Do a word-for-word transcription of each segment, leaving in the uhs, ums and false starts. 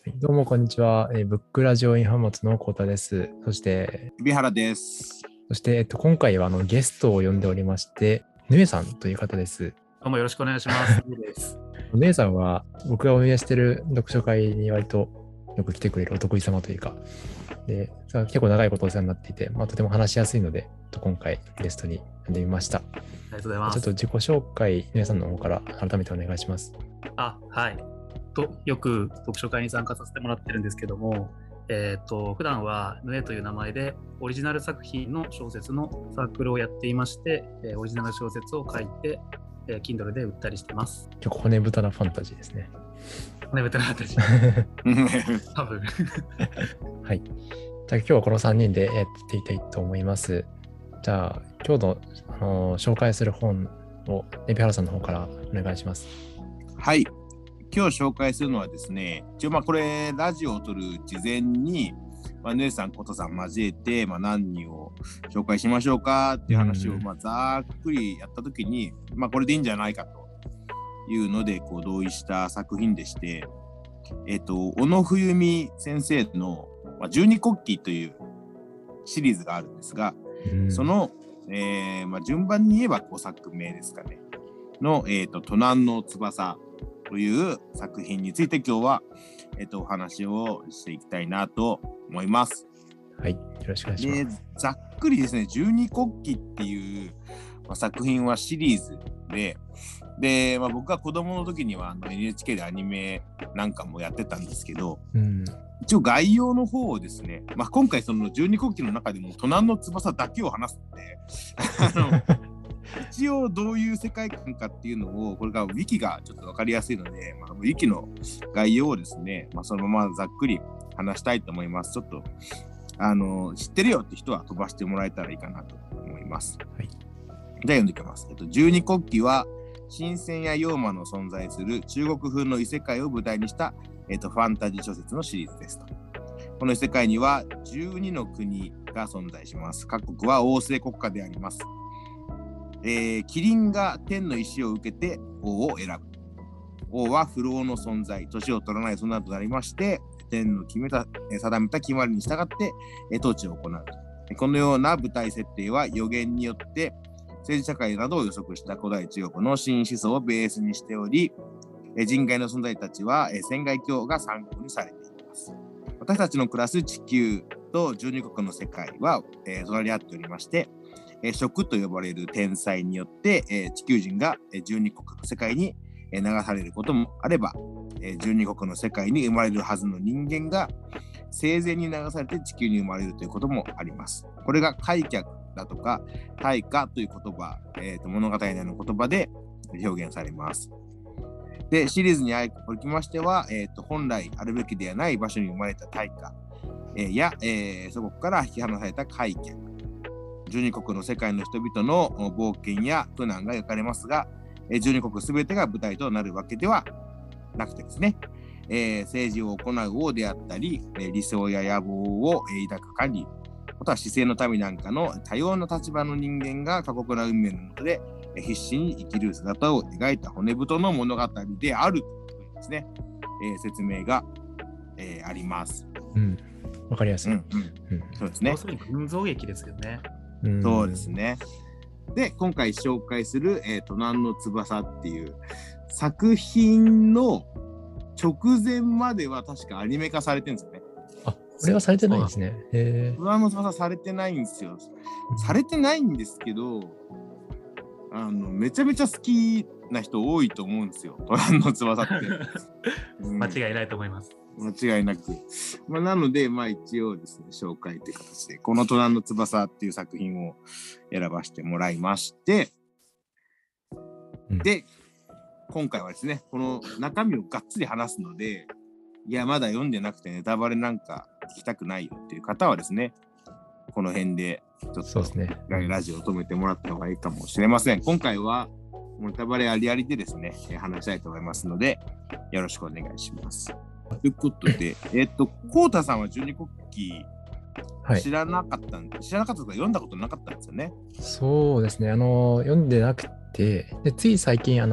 どうもこんにちは。えーブックラジオインハマツのコウタです。そして、 海老原です。 そして、えっと、今回はあのゲストを呼んでおりまして、ぬえさんという方です。 どうもよろしくお願いします。ゆうです。 ぬえさんは僕が運営している読書会に割とよく来てくれるお得意様というか、でさ結構長いことお世話になっていて、まあ、とても話しやすいので、と今回ゲストに呼んでみました。 ありがとうございます。 ちょっと自己紹介、ぬえさんの方から改めてお願いします。 あ、はい。とよく読書会に参加させてもらってるんですけども、えっと普段はヌエという名前でオリジナル作品の小説のサークルをやっていまして、えーオリジナル小説を書いて、えー Kindle で売ったりしてます。 結構骨太なファンタジーですね。 眠ってなかったし、多分。 はい。じゃあ今日はこのさんにんでやっていきたいと思います。じゃあ今日の、あのー紹介する本を海老原さんの方からお願いします。 はい。今日紹介するのはですね、一応まあこれラジオを撮る事前に、まあ、姉さん、ことさん交えて、まあ、何人を紹介しましょうかっていう話を、 うんまあざっくりやったときに、まあこれでいいんじゃないかというのでこう同意した作品でして、えっと小野冬美先生の、まあ、十二国旗というシリーズがあるんですが、 うんその、えーまあ、順番に言えばごさくめですかねの、えーと、都南の翼という作品について今日は、えーと、お話をしていきたいなと思います。 はい、よろしくお願いしで、 ます。 ざっくりですね、十二国旗っていう、まあ、作品はシリーズで、で、まあ、僕が子供の時にはあの エヌエイチケー でアニメなんかもやってたんですけど、 うん一応概要の方をですね、まあ、今回その十二国旗の中でも都南の翼だけを話すのであの一応どういう世界観かっていうのをこれからウィキがちょっと分かりやすいので、まあ、ウィキの概要をですね、まあ、そのままざっくり話したいと思います。ちょっとあの知ってるよって人は飛ばしてもらえたらいいかなと思います。 はい、 じゃあ読んでいきます。えっと、十二国旗は神仙や妖魔の存在する中国風の異世界を舞台にしたえっと、ファンタジー小説のシリーズですと。この世界にはじゅうにの国が存在します。各国は王政国家であります。えー、キリンが天の意思を受けて王を選ぶ。王は不老の存在、年を取らない存在となりまして、天の決めた、定めた決まりに従って統治を行うと。このような舞台設定は予言によって政治社会などを予測した古代中国の新思想をベースにしており、人外の存在たちは仙外教が参考にされています。私たちの暮らす地球と十二国の世界は、えー、隣り合っておりまして、えー、食と呼ばれる天才によって、えー、地球人が十二国の世界に流されることもあれば、えー、十二国の世界に生まれるはずの人間が生前に流されて地球に生まれるということもあります。これが開脚だとか大化という言葉、えー、と物語内の言葉で表現されます。でシリーズにおきましては、えー、と本来あるべきではない場所に生まれた大化、えー、や、えー、祖国から引き離された開脚、十二国の世界の人々の冒険や苦難が描かれますが、えー、十二国すべてが舞台となるわけではなくてですね、えー、政治を行う王であったり、えー、理想や野望を抱く管理、または市政の民なんかの多様な立場の人間が過酷な運命の下で必死に生きる姿を描いた骨太の物語であるというですね、えー、説明が、えー、あります。 うん、わかりやすい。 うんうんうん、そうですね。 要するに群像劇ですよね。 うん、 そうですね。で、今回紹介する、えー、都南の翼っていう作品の直前までは確かアニメ化されてるんですよね。 あ、これはされてないんですね。へー。 都南の翼されてないんですよ。されてないんですけど、あのめちゃめちゃ好きな人多いと思うんですよ、都南の翼って、うん、 間違いないと思います。 間違いなく、まあ、なのでまあ一応ですね紹介という形でこの都南の翼っていう作品を選ばせてもらいまして、うん、で今回はですねこの中身をがっつり話すので、いやまだ読んでなくてネタバレなんか聞きたくないよっていう方はですねこの辺でちょっとラジオを止めてもらった方がいいかもしれません。今回はネタバレありありでですね話したいと思いますのでよろしくお願いします。ということで、えっとコウタさんは十二国旗知らなかったんで、はい、知らなかったとか読んだことなかったんですよね。 そうですね、あの読んでなくて、でつい最近あの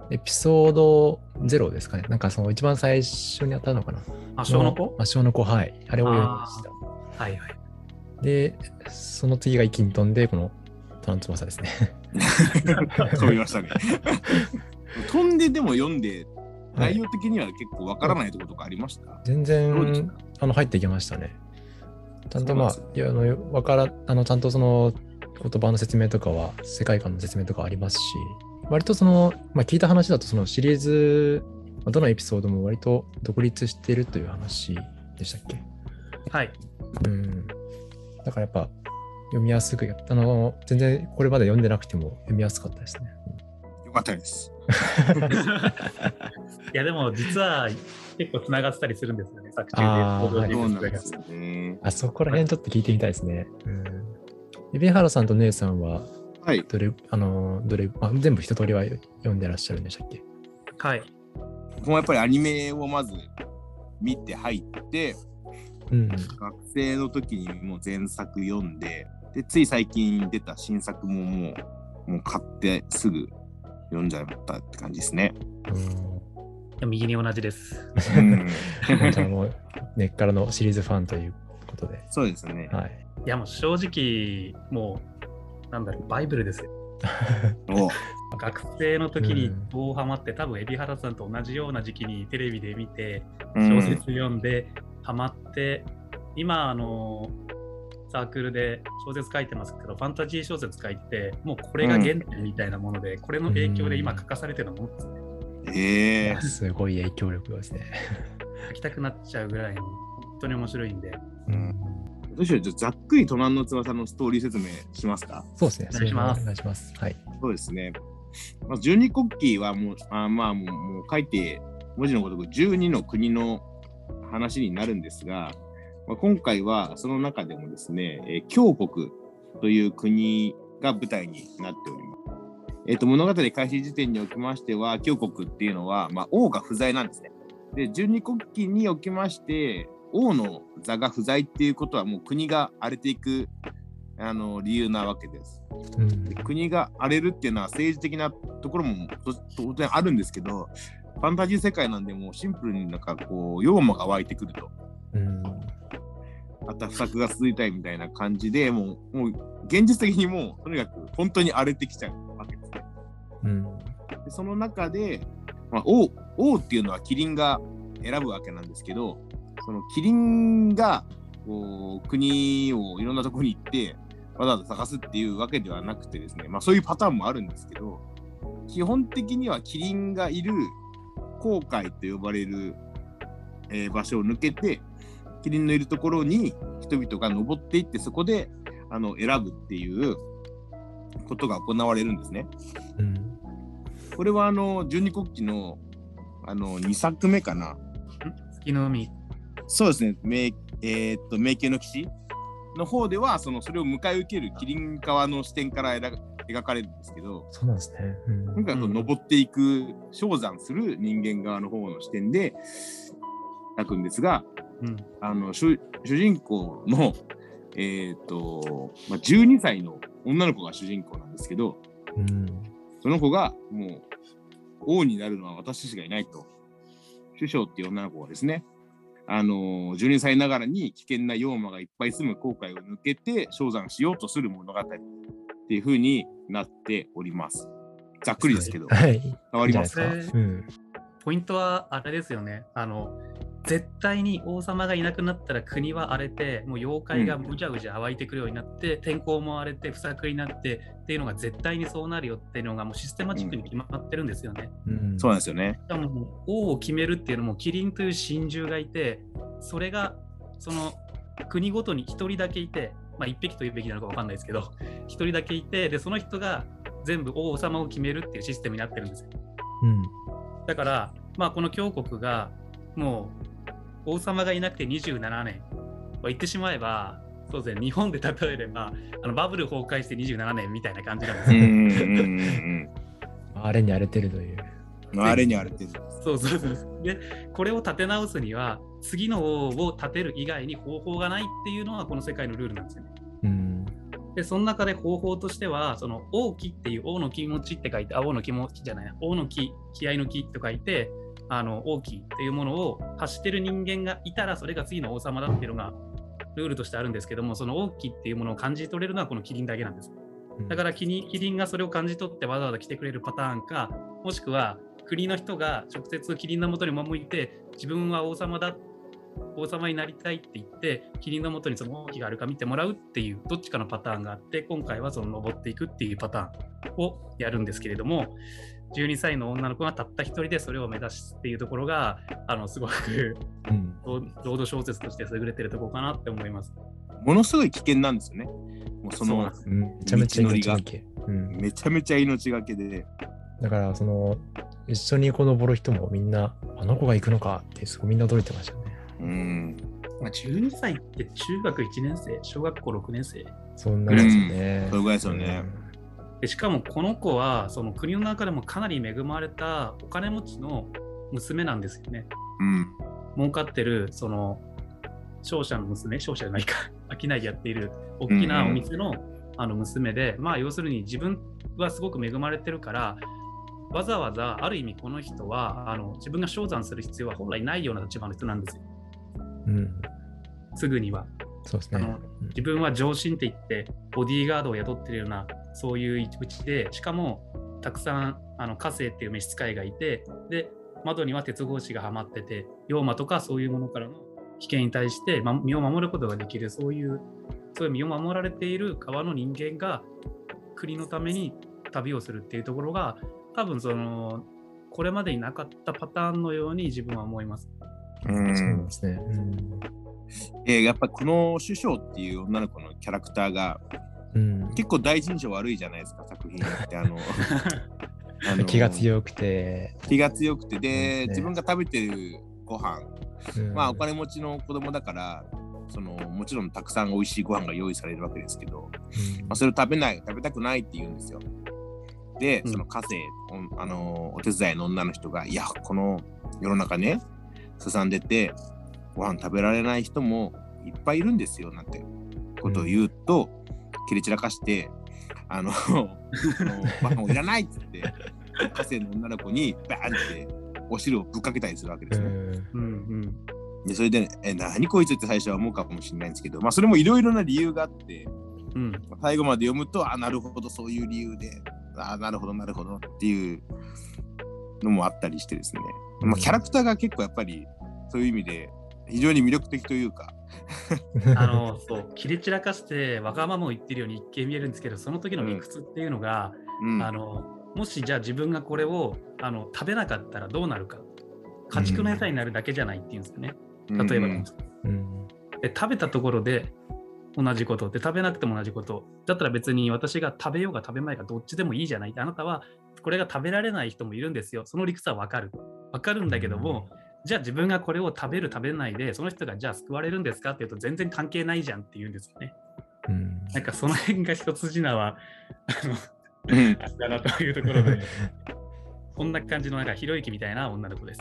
エピソードゼロですかね。なんかその一番最初にあったのかな。 魔性の子魔性の子、はい。あれを読みました。 はいはい。 で、その次が一気に飛んで、このトランツマサですね。 飛びましたね。飛んででも読んで、内容的には結構わからないところとかありました、はい、 全然あの入ってきましたね。ちゃんとまあ、いやあのわからあのちゃんとその言葉の説明とかは、世界観の説明とかありますし、割とその、まあ、聞いた話だとそのシリーズ、どのエピソードも割と独立しているという話でしたっけ？ はい。 うん。だからやっぱ読みやすく、あの、全然これまで読んでなくても読みやすかったですね。 よかったです。 いやでも実は結構つながってたりするんですよね、作中で。 あ、 はい、そうなんですよね。 あそこら辺ちょっと聞いてみたいですね。うん。海老原さんと姉さんは、 はい、 どれ、あの、どれ、まあ、全部一通りは読んでらっしゃるんでしたっけ？ はい。 僕もやっぱりアニメをまず見て入って、うん、学生の時にもう前作読んで、でつい最近出た新作ももう、もう買ってすぐ読んじゃったって感じですね。 うん、右に同じです。 うん、じゃあもう根っからのシリーズファンということで。 そうですね。 はい。いやもう正直もうなんだろうバイブルですよ。 お学生の時にどうハマって、うん、多分海老原さんと同じような時期にテレビで見て小説読んで、うん、ハマって今あのサークルで小説書いてますけどファンタジー小説書いてもうこれが原点みたいなもので、うん、これの影響で今書かされてるのもんですね。 えー、 すごい影響力ですね。 書きたくなっちゃうぐらいの本当に面白いんで。 うん、どうしよう、じゃざっくり隣の翼のストーリー説明しますか？ そうですね。 お願いします。 お願いします。はい。 そうですね。まず十二国旗はもう、あまあもう、もう書いて文字のごとくじゅうにの国の話になるんですが、まあ、今回はその中でもですね、えー、強国という国が舞台になっております。えーと、物語開始時点におきましては、強国っていうのは、まあ、王が不在なんですね。で、十二国旗におきまして、王の座が不在っていうことはもう国が荒れていくあの理由なわけです、うん、で国が荒れるっていうのは政治的なところも当然あるんですけど、ファンタジー世界なんでもうシンプルになんかこう妖魔が湧いてくると、うん、また不作が続いたいみたいな感じでもう、もう現実的にもうとにかく本当に荒れてきちゃうわけですね、うん、でその中で、まあ、王, 王っていうのはキリンが選ぶわけなんですけど、そのキリンがこう国をいろんなところに行ってわざわざ探すっていうわけではなくてですね、まあそういうパターンもあるんですけど、基本的にはキリンがいる航海と呼ばれる、えー、場所を抜けて、キリンのいるところに人々が登っていって、そこであの選ぶっていうことが行われるんですね。うん、これはあの十二国旗のあのにさくめかな。 月の海。 そうですね。迷えー、っと迷宮の騎士の方ではそのそれを迎え受けるキリン側の視点から描かれるんですけど、 そうなんですね。うん、 今回はその登っていく昇山する人間側の方の視点で描くんですが、うん、あの 主, 主人公の、えーっとまあ、じゅうにさいの女の子が主人公なんですけど、うん、その子がもう王になるのは私しかいないと、首相っていう女の子がですね、あのー、じゅうにさいながらに危険な妖魔がいっぱい住む航海を抜けて昇山しようとする物語っていう風になっております。ざっくりですけど、 はい、 変わりますか？ うん、ポイントはあれですよね。あの絶対に王様がいなくなったら国は荒れて、もう妖怪がぐちゃぐちゃ湧いてくるようになって、うん、天候も荒れて不作になってっていうのが絶対にそうなるよっていうのがもうシステマチックに決まってるんですよね。 うんうん、そうなんですよね。 しかも王を決めるっていうのもキリンという神獣がいて、それがその国ごとにひとりだけいて、まあ一匹というべきなのか分かんないですけど、ひとりだけいて、でその人が全部王様を決めるっていうシステムになってるんですよ。うん、だから、まあ、この強国がもう王様がいなくてにじゅうななねん、言ってしまえばそうですね、日本で例えればあのバブル崩壊してにじゅうななねんみたいな感じなんですよ。うんうんうん、 あれに荒れてるという。 あれに荒れてる。 そうそうそう。で、これを立て直すには次の王を立てる以外に方法がないっていうのがこの世界のルールなんですよね。うん、 で、その中で方法としては、その王気っていう王の気持ちって書いて、あ、王の気持ちじゃない、王の気、気合の気と書いて、あの王気っていうものを発してる人間がいたら、それが次の王様だっていうのがルールとしてあるんですけども、その王気っていうものを感じ取れるのはこのキリンだけなんです。だからキリン、キリンがそれを感じ取ってわざわざ来てくれるパターンか、もしくは国の人が直接キリンの元に赴いて、自分は王様だ、王様になりたいって言って、キリンの元にその王気があるか見てもらうっていう、どっちかのパターンがあって、今回はその登っていくっていうパターンをやるんですけれども、じゅうにさいの女の子がたった一人でそれを目指すっていうところが、あのすごく、うん、ロード小説として優れてるところかなって思います。 ものすごい危険なんですよね。もうそのそうめちゃめちゃ命がけ、 うん、めちゃめちゃ命がけで。 だからその一緒にこう登る人もみんなあの子が行くのかってすごいみんな驚いてましたね。 うん。 まあ、じゅうにさいって中学いちねん生、小学校ろくねん生。 そんなですね。 うん、そういうぐらいですよね。 でしかもこの子はその国の中でもかなり恵まれたお金持ちの娘なんですよね。 うん。 儲かってるその商社の娘、商社じゃないか、商いやっている大きなお店の、うんうん、あの娘で、まあ要するに自分はすごく恵まれてるから、わざわざある意味この人はあの自分が昇山する必要は本来ないような立場の人なんですよ。 うん、 すぐには。 そうですね。 あの自分は上心って言ってボディーガードを雇ってるようなそういううちで、しかもたくさんあの家政っていう召使いがいて、で窓には鉄格子がはまってて、妖魔とかそういうものからの危険に対して、ま、身を守ることができる、そういうそういう身を守られている側の人間が国のために旅をするっていうところが、多分そのこれまでになかったパターンのように自分は思います。 うん、そうですね。うん、 えー、やっぱこの首相っていう女の子のキャラクターが、うん、結構第一印象悪いじゃないですか、作品ってあのあの気が強くて気が強くてで、ね、自分が食べてるご飯、うん、まあお金持ちの子供だからそのもちろんたくさん美味しいご飯が用意されるわけですけど、うんまあ、それを食べない食べたくないって言うんですよ。で、その家政、うん、あのお手伝いの女の人が、いやこの世の中ねすさんでてご飯食べられない人もいっぱいいるんですよなんてことを言うと、うん、切り散らかしてあのご飯もいらないっつって家政の女の子にバーンってお汁をぶっかけたりするわけですね。うんうんでそれで、え何こいつって最初は思うかもしれないんですけど、まあそれもいろいろな理由があって、うん、最後まで読むとあなるほどそういう理由であなるほどなるほどっていうのもあったりしてですね、まあ、キャラクターが結構やっぱりそういう意味で非常に魅力的というかあのそう切れ散らかしてわがままを言ってるように一見見えるんですけど、その時の理屈っていうのが、うん、あのもしじゃあ自分がこれをあの食べなかったらどうなるか、家畜の餌になるだけじゃないっていうんですよね、うん、例えば、うんうん、で食べたところで同じことで食べなくても同じことだったら別に私が食べようが食べまいがどっちでもいいじゃないって、あなたはこれが食べられない人もいるんですよ、その理屈は分かる分かるんだけども、うん、じゃあ自分がこれを食べる食べないでその人がじゃあ救われるんですかっていうと全然関係ないじゃんって言うんですよね、うん、なんかその辺が一筋縄あのあったなというところでこんな感じのなんかひろゆきみたいな女の子です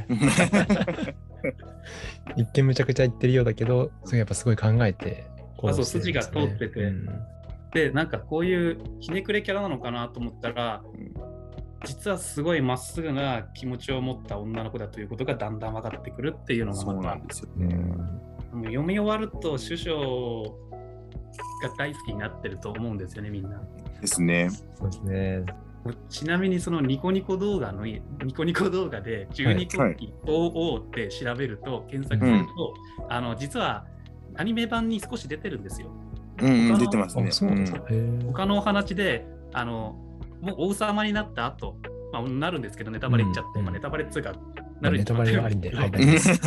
一見むちゃくちゃ言ってるようだけど、それやっぱすごい考えてこうしてるんですね。あ、そう筋が通ってて、うん、でなんかこういうひねくれキャラなのかなと思ったら、実はすごいまっすぐな気持ちを持った女の子だということがだんだん分かってくるっていうのがまた、 そうなんですよね。 読み終わると首相が大好きになってると思うんですよね、みんな。 ですね。 そうですね。 ちなみにそのニコニコ動画のニコニコ動画でじゅうにこっき オーオー って調べると、はいはい、検索すると、うん、あの実はアニメ版に少し出てるんですよ。 うん、出てますね。 そうなんですか。 他のお話であのもう王様になった後、まあ、なるんですけどネタバレ言っちゃって、うんまあ、ネタバレっつうかなるネタバレがありんで、はい、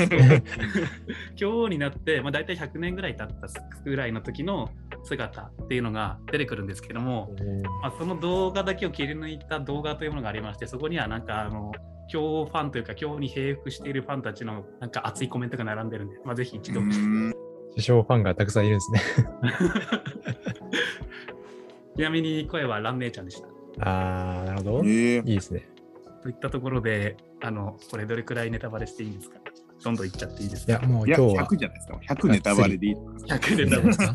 今日になって、まあ、大体ひゃくねんぐらい経ったぐらいの時の姿っていうのが出てくるんですけども、まあ、その動画だけを切り抜いた動画というものがありまして、そこにはなんかあの今日ファンというか今日に平服しているファンたちのなんか熱いコメントが並んでるんで、まあ、ぜひ一度首相ファンがたくさんいるんですねちなみに声はラン姉ちゃんでした。 あー、なるほど、えー、いいですね。 といったところで、あのこれどれくらいネタバレしていいんですか？どんどんいっちゃっていいですか？ いや、もう今日はひゃくじゃないですか。ひゃくネタバレでいい。 ひゃくネタバレですか？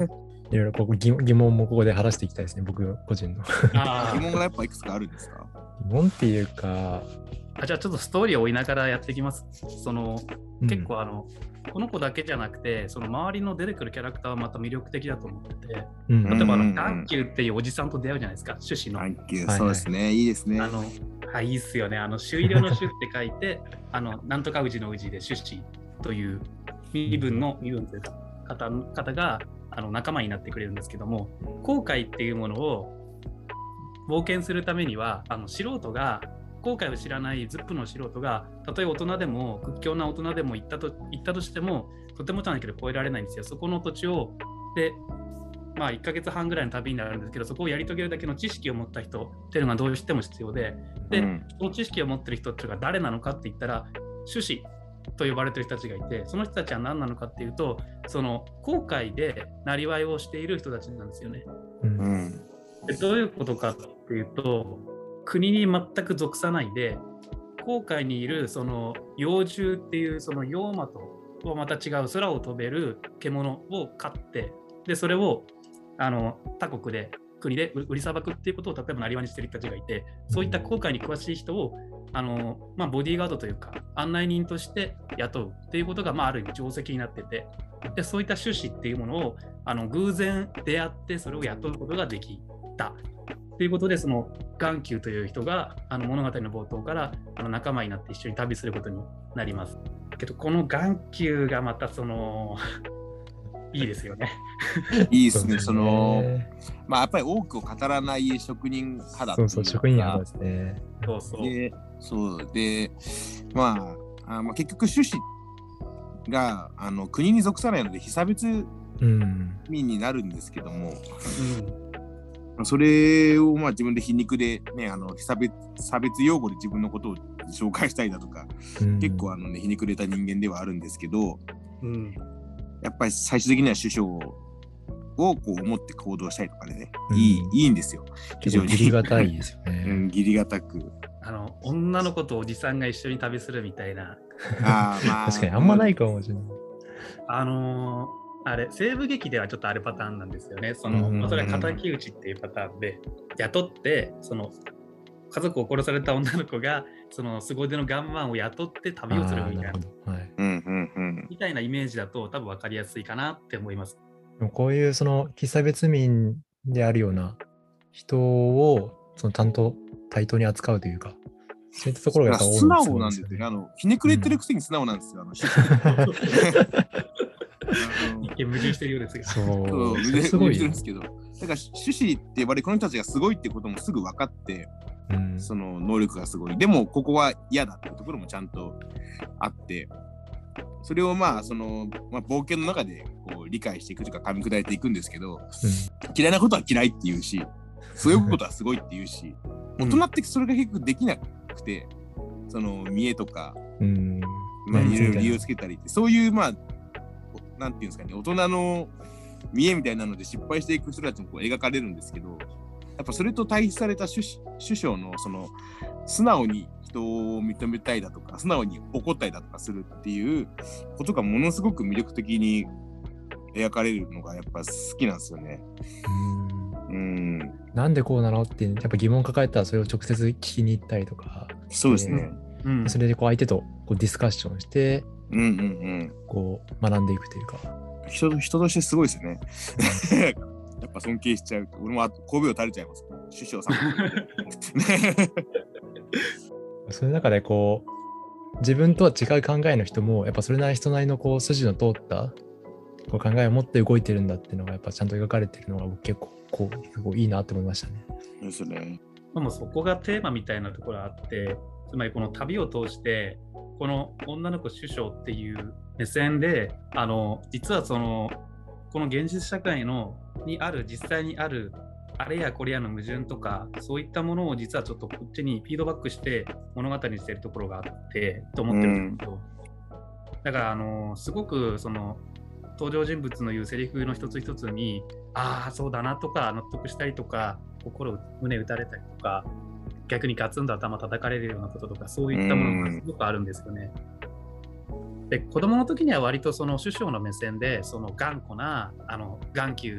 いろいろここ疑疑問もここで晴らしていきたいですね、僕個人の。 あ疑問がやっぱいくつかあるんですか？ 疑問っていうか、 あじゃあちょっとストーリーを追いながらやっていきます。そのうん結構あの、この子だけじゃなくて、その周りの出てくるキャラクターはまた魅力的だと思ってて、 うん例えばあの、 うんうんうん眼球っていうおじさんと出会うじゃないですか、種子の。 サンキュー、 はいそうですね、いいですね。 あの、はい、いいっすよね。あの、朱色の朱って書いて、あの、なんとか宇治の宇治で種子という身分の身分というか方方があの仲間になってくれるんですけども、後悔っていうものを冒険するためには、あの素人が後悔を知らないズップの素人が、たとえ大人でも屈強な大人でも行ったと行ったとしても、とてもじゃないけど越えられないんですよ。そこの土地をで、まあいっかげつはんぐらいの旅になるんですけど、そこをやり遂げるだけの知識を持った人っていうのがどうしても必要で、で、 うんその知識を持ってる人っていうのが誰なのかって言ったら、種子と呼ばれてる人たちがいて、その人たちは何なのかっていうと、その航海でなりわいをしている人たちなんですよね。 うんうんでどういうことかっていうと、国に全く属さないで、航海にいるその幼獣っていうその妖魔とはまた違う空を飛べる獣を飼って、でそれをあの他国で国で売りさばくっていうことを例えばなりわいにしてる人たちがいて、そういった航海に詳しい人をあの、まあ、ボディーガードというか案内人として雇うっていうことが、まあ、ある意味定石になってて、でそういった種子っていうものをあの偶然出会ってそれを雇うことができたということで、その眼球という人があの物語の冒頭からあの仲間になって一緒に旅することになります。けどこの眼球がまたそのいいですよね。 いいですね、 そそうの、 ねまあやっぱり多くを語らない職人派だっていうかそうそう、職人派ですね。 そうそう。 で、そうで、まあ、あまあ、結局種子があの国に属さないので被差別うん。 民になるんですけども、 うんまあそれをまあ自分で皮肉でね、あの被差別差別用語で自分のことを紹介したりだとか、 うん結構あのね皮肉れた人間ではあるんですけど、 うんやっぱり最終的には首相をこう思って行動したりとかでね、 うんいいいいんですよ。非常に結構義理がたいですようね。 ん、義理がたく。 あの女の子とおじさんが一緒に旅するみたいな、 あーまあ、 確かにあんまないかもしれない。 あのーあれ西部劇ではちょっとあるパターンなんですよね。その、 うんまあ、それは敵討ちっていうパターンで、雇ってその家族を殺された女の子がその凄腕のガンマンを雇って旅をするみたいなあーなるほど。はい。 うんうんうん。 みたいなイメージだと多分分かりやすいかなって思います。 でもこういうその被差別民であるような人をその担当対等に扱うというか、そういったところがやっぱ多い素直なんですよね。あのひねくれてるくせに素直なんですよ。あのあの一見矛盾してるようですが。 そう。 そうそれすごいよるんですけど、だから種子って呼ばれこの人たちがすごいってこともすぐ分かって、 うんその能力がすごい。でもここは嫌だっていうところもちゃんとあって、それをまあそのまあ冒険の中でこう理解していくというか噛み砕いていくんですけど、嫌いなことは嫌いって言うし、そういうことはすごいって言うし、大人ってそれが結構できなくて、その見栄とか、 うん。 まあ、 うんいろいろ理由をつけたりって、そういうまあなんていうんですかね、大人の見栄みたいなので失敗していく人たちもこう描かれるんですけど、やっぱそれと対比された首首相のその素直に人を認めたいだとか、素直に怒ったりだとかするっていうことがものすごく魅力的に描かれるのがやっぱ好きなんですよね。 うんうん、 なんでこうなのってやっぱ疑問を抱えたらそれを直接聞きに行ったりとか、 そうですね。 うんそれでこう相手とこうディスカッションしてうんうんうん。 こう学んでいくというか。 人人としてすごいですよね。やっぱ尊敬しちゃう。俺も神戸を垂れちゃいます。首相さん。 その中でこう自分とは違う考えの人もやっぱそれなり人なりのこう筋の通ったこう考えを持って動いてるんだっていうのがやっぱちゃんと描かれてるのが僕結構こうすごいいいなって思いましたね。 ですね。 でもそこがテーマみたいなところがあって、つまりこの旅を通してこの女の子首相っていう目線で、あの実はそのこの現実社会のにある実際にあるあれやこれやの矛盾とか、そういったものを実はちょっとこっちにフィードバックして物語にしているところがあってと思ってるんですけど、だからあのすごくその登場人物の言うセリフの一つ一つに、ああそうだなとか納得したりとか、心胸打たれたりとか、逆にガツンと頭叩かれるようなこととか、そういったものがすごくあるんですよね。で子供の時には割とその首相の目線でその頑固なあの眼球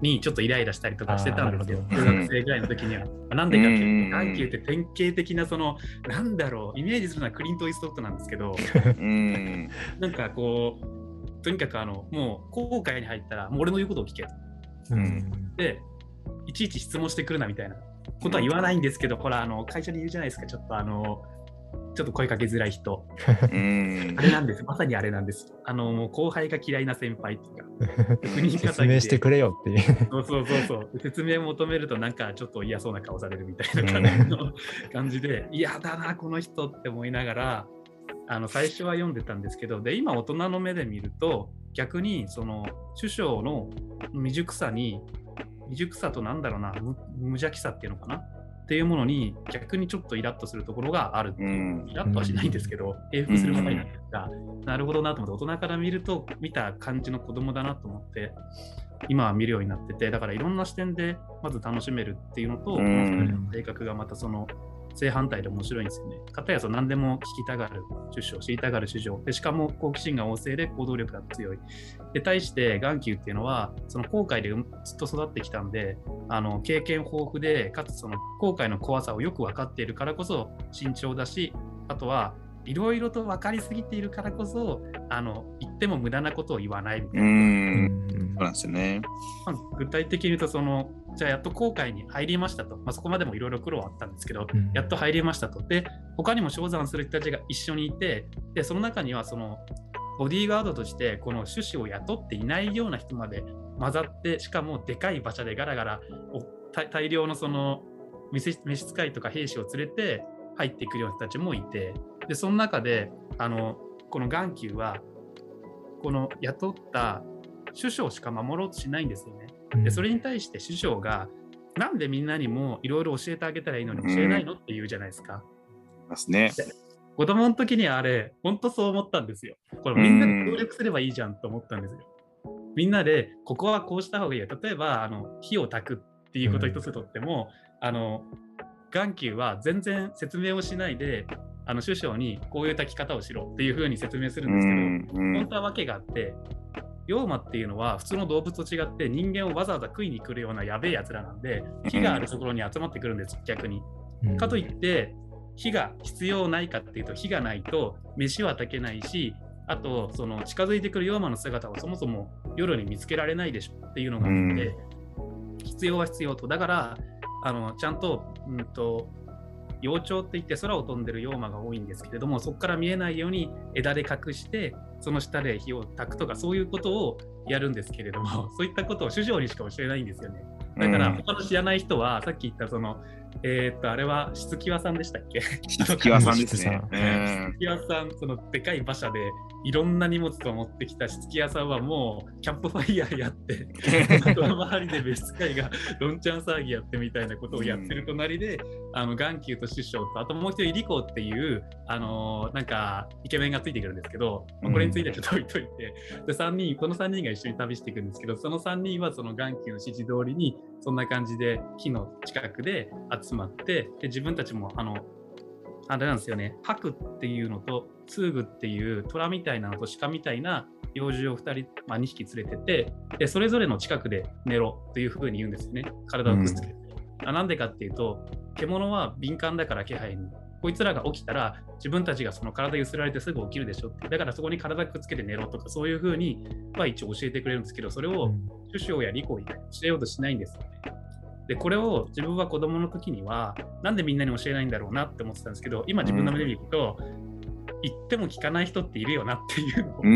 にちょっとイライラしたりとかしてたんですよ、 あー中学生ぐらいの時には。なんでかっていうと、 うん眼球って典型的なその、なんだろう、イメージするのはクリント・イーストウッドなんですけど、 うんなんかこう、とにかくあのもう後悔に入ったら、もう俺の言うことを聞けと。 うんで、いちいち質問してくるなみたいなことは言わないんですけど、ほら、あの会社にいるじゃないですか、ちょっとあの、ちょっと声かけづらい人。 うんあれなんです、まさにあれなんですよ。あのもう後輩が嫌いな先輩とか、国説明してくれよっていう。 そうそうそうそう。説明を求めるとなんかちょっと嫌そうな顔されるみたいな感じの感じで、嫌だなこの人って思いながら、あの最初は読んでたんですけど、で今大人の目で見ると逆にその首相の未熟さに未熟さとなんだろうな、無無邪気さっていうのかなっていうものに逆にちょっとイラッとするところがあるっていう、 うんイラッとはしないんですけど、平服するままになってるが、なるほどなと思って、大人から見ると見た感じの子供だなと思って今は見るようになってて、だからいろんな視点でまず楽しめるっていうのと、このふたりの性格がまたその正反対で面白いんですよね。かたやその何でも聞きたがる首相、知りたがる首相で、しかも好奇心が旺盛で行動力が強い。で対して眼球っていうのはその後悔でずっと育ってきたんで、あの経験豊富で、かつその後悔の怖さをよく分かっているからこそ慎重だし、あとはいろいろと分かりすぎているからこそ、あの言っても無駄なことを言わないみたいな。 うんそうなんですよね。 まあ、具体的に言うとその、じゃあやっと航海に入りましたと、まあ、そこまでもいろいろ苦労はあったんですけど、 うんやっと入りましたと。で、他にも昇山する人たちが一緒にいて、でその中にはそのボディーガードとしてこの種子を雇っていないような人まで混ざって、しかもでかい馬車でガラガラ大大量のその召使いとか兵士を連れて入ってくるような人たちもいて、でその中であのこの眼球はこの雇った首相しか守ろうとしないんですよね。でそれに対して首相がなんでみんなにもいろいろ教えてあげたらいいのに教えないのって言うじゃないですか。 ますね。 子供の時にあれ本当そう思ったんですよ。これみんなで協力すればいいじゃんと思ったんですよ。みんなでここはこうした方がいいよ。例えばあの火を焚くっていうこと一つとっても、うん、あの眼球は全然説明をしないで、あの首相にこういう焚き方をしろっていうふうに説明するんですけど、うんうん、本当は訳があって、妖魔っていうのは普通の動物と違って人間をわざわざ食いに来るようなやべえやつらなんで、火があるところに集まってくるんです、逆に。かといって火が必要ないかっていうと、火がないと飯は炊けないし、あとその近づいてくる妖魔の姿をそもそも夜に見つけられないでしょっていうのがあって、必要は必要と。だからあのちゃんと、うんと幼鳥っていって空を飛んでる妖魔が多いんですけれども、そこから見えないように枝で隠してその下で火を焚くとか、そういうことをやるんですけれども、そういったことを首相にしか教えないんですよね。だから他の知らない人は、さっき言ったそのえー、っとあれは室際さんでしたっけ？ 室際さんですね。 室際さん、そのでかい馬車でいろんな荷物を持ってきた室際さんはもうキャンプファイヤーやって周りで召使いがどんちゃん騒ぎやってみたいなことをやってる隣で、うん、あの眼球と首相と、あともう一人リコっていうあのー、なんかイケメンがついてくるんですけど、まあ、これについてはちょっと置いといて、でさんにんこのさんにんが一緒に旅していくんですけど、そのさんにんはその眼球の指示通りにそんな感じで木の近くで集まって、で自分たちもあのあれなんですよね、ハクっていうのとツーグっていう虎みたいなのと鹿みたいな幼獣をふたり、まあ、にひき連れてて、でそれぞれの近くで寝ろっていう風に言うんですよね、体をくっつけて、うん、あなんでかっていうと、獣は敏感だから気配に、こいつらが起きたら自分たちがその体揺すられてすぐ起きるでしょって、だからそこに体くっつけて寝ろとか、そういう風には一応教えてくれるんですけど、それを首相やリコ以外に教えようとしないんですよね。でこれを自分は子供の時にはなんでみんなに教えないんだろうなって思ってたんですけど、今自分の目で見ると、うん、言っても聞かない人っているよなっていうのを、うん、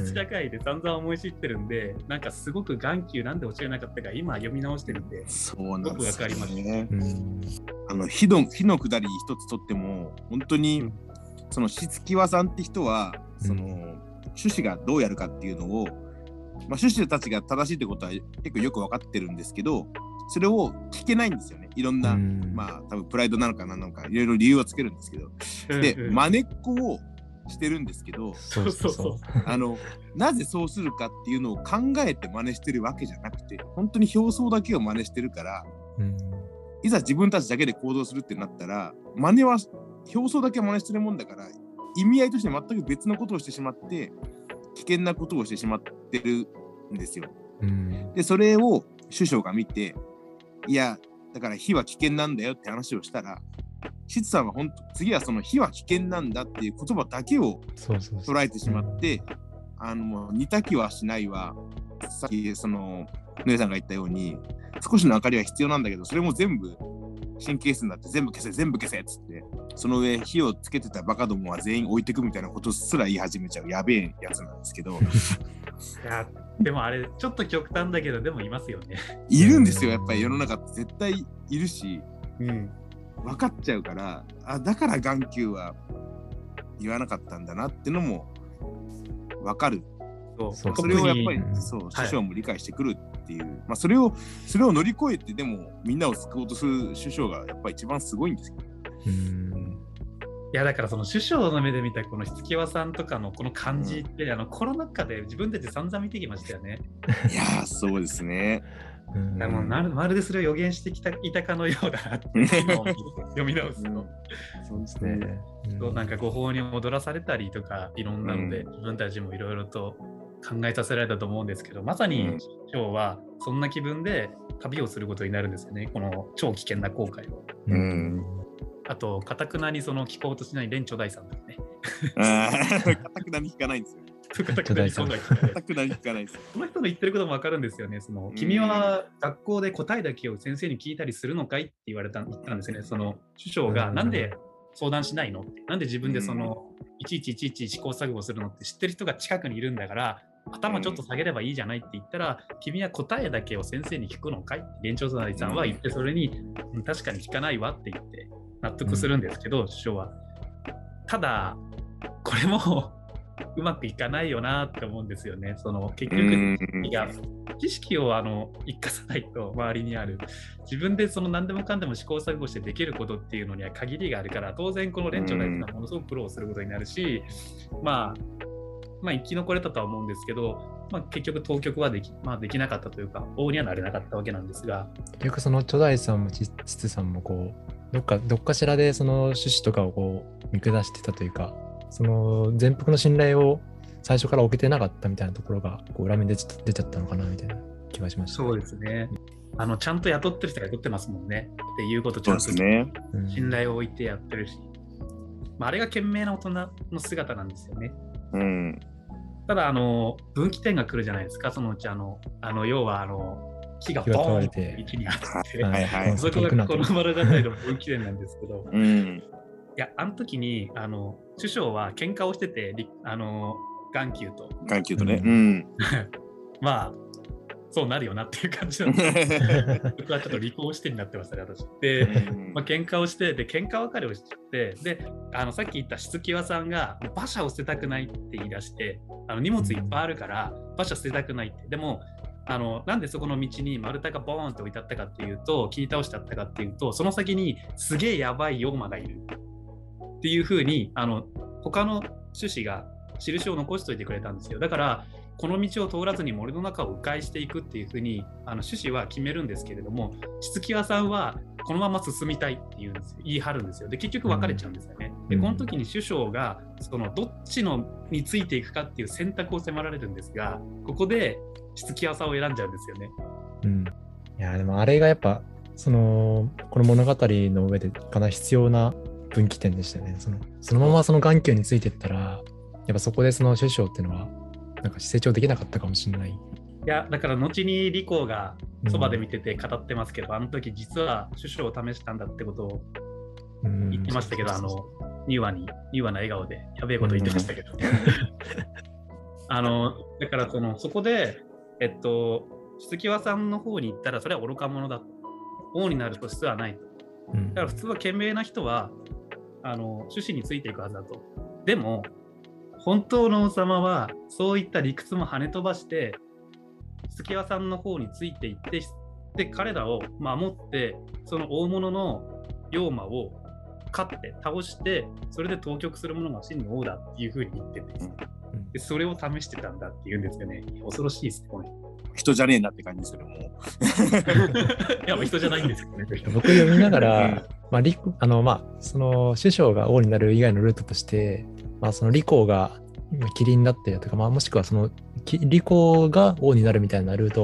社会で散々思い知ってるんで、なんかすごく眼球なんで教えなかったか今読み直してるんで、 そうなんですよね。 よくわかりますね。 うん、あの火の火の下り一つとっても本当に、うん、その室際さんって人はその、うん、趣旨がどうやるかっていうのを、まあ、趣旨たちが正しいってことは結構よく分かってるんですけど、それを聞けないんですよね。いろんな、まあ多分プライドなのか何なのかいろいろ理由をつけるんですけど、で、真似っこをしてるんですけど、 そうそうそうあのなぜそうするかっていうのを考えて真似してるわけじゃなくて、本当に表層だけを真似してるから、いざ自分たちだけで行動するってなったら、真似は表層だけ真似してるもんだから、意味合いとして全く別のことをしてしまって危険なことをしてしまってるんですよ。でそれを首相が見て、いやだから火は危険なんだよって話をしたら、シツさんは本当次はその火は危険なんだっていう言葉だけを捉えてしまって、そうそうそう、あのもう煮炊きはしないわ、さっきその姉さんが言ったように少しの明かりは必要なんだけど、それも全部神経質になって全部消せ全部消せっつって、その上火をつけてたバカどもは全員置いてくみたいなことすら言い始めちゃうやべえやつなんですけどいやでもあれちょっと極端だけどでもいますよね。 いるんですよ、やっぱり世の中って絶対いるし、 うん、 分かっちゃうから、あだから眼球は言わなかったんだなってのも分かる。そうそう、それをやっぱり、うん、そう師匠も理解してくるっていう、はい、まあそれをそれを乗り越えてでもみんなを救おうとする師匠がやっぱり一番すごいんですよ。 うん、いやだからその師匠の目で見たこの筆記和さんとかのこの感じって、うん、あのコロナ禍で自分たち散々見てきましたよね。 いやーそうですね。 うん、もうなまるでそれを予言してきたいたかのようだなって読み直すの、うん、 そうですね、 うん、なんか誤報に踊らされたりとかいろんなので、うん、自分たちもいろいろと考えさせられたと思うんですけど、まさに今日はそんな気分で旅をすることになるんですよね、この超危険な航海を、うん、あとかたくなにその聞こうとしない蓮長大さんとかねかたくなに聞かないんですよ。 かたくなに聞かないです。 その人の言ってることも分かるんですよね。その君は学校で答えだけを先生に聞いたりするのかいって言われた言ったんですよね。その首相がなんで相談しないのって、なんで自分でそのいちいちいちいち試行錯誤するのって、知ってる人が近くにいるんだから頭ちょっと下げればいいじゃないって言ったら、君は答えだけを先生に聞くのかいって蓮長大さんは言って、それに、うん、確かに聞かないわって言って納得するんですけど、首相は。ただこれもうまくいかないよなって思うんですよね。その結局いや知識をあの生かさないと周りにある自分でその何でもかんでも試行錯誤してできることっていうのには限りがあるから、当然この蓮長大さんはものすごく苦労することになるし、まあまあ生き残れたとは思うんですけど、まあ、結局当局はでき、まあ、できなかったというか王にはなれなかったわけなんですが、 結局その長大さんも秩さんもこうどっかどっかしらでその趣旨とかをこう見下してたというか、その全幅の信頼を最初から置けてなかったみたいなところがこう裏目で出ちゃったのかなみたいな気がしました。 そうですね。あのちゃんと雇ってる人が雇ってますもんねっていうことちゃんと信頼を置いてやってるし、まあ、あれが賢明な大人の姿なんですよね。 うん、 ただあの分岐点が来るじゃないですか。そのうちあのあの要はあの木がボーンって一気にあって、はいはい、そこがこの物語の分岐点なんですけど、うん、いやあの時にあの首相は喧嘩をしてて、あの眼球と眼球とね、うん、 まあそうなるよなっていう感じなんで僕はちょっと離婚してになってましたね、私で、まあ、喧嘩をしてで喧嘩別れをして、であのさっき言った筆記和さんが馬車を捨てたくないって言い出して、あの荷物いっぱいあるから馬車捨てたくないって。でもあのなんでそこの道に丸太がボーンって置いてあったかっていうと、切り倒してあったかっていうと、その先にすげえやばい妖魔がいるっていう風にあの他の種子が印を残しておいてくれたんですよ。だからこの道を通らずに森の中を迂回していくっていう風にあの種子は決めるんですけれども、筆記和さんはこのまま進みたいっていうんですよ、言い張るんですよ。で結局別れちゃうんですよね。でこの時に首相がそのどっちのについていくかっていう選択を迫られるんですが、ここで筆記和さんを選んじゃうんですよね。 うん、いやでもあれがやっぱそのこの物語の上でかなり必要な分岐点でしたね。そのそのままその眼球についていったら、やっぱそこでその首相っていうのはなんか成長できなかったかもしれない。いやだから後に李光がそばで見てて語ってますけど、うん、あの時実は首相を試したんだってことを言ってましたけど、うん、あの柔和に柔和な笑顔でやべえこと言ってましたけど、うん、あのだからそのそこでえっと筆記和さんの方に行ったらそれは愚か者だと、王になる素質はないと。だから普通は賢明な人はあの趣旨についていくはずだと。でも本当の王様はそういった理屈も跳ね飛ばして筆記和さんの方についていって、で彼らを守ってその大物の妖魔を勝って倒して、それで当局する者が真の王だっていうふうに言ってて、でそれを試してたんだっていうんですよね。恐ろしいですね、これ。 人じゃねえなって感じですよ、もう。 いや、人じゃないんですよね。 僕読みながら、まあ、あの、まあ、その首相が王になる以外のルートとして、まあ、その李光がキリンだってとか、まあ、もしくはその李光が王になるみたいなルートを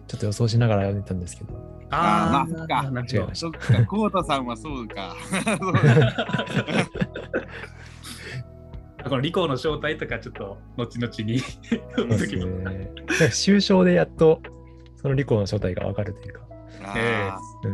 ちょっと予想しながら読んでたんですけど。 ああ、まあ、そっか。 なるほど。 そっか、コウタさんはそうか。 このリコの正体とかちょっと後々にそうですね。なんか終章でやっとそのリコの正体がわかるというか。 えうん。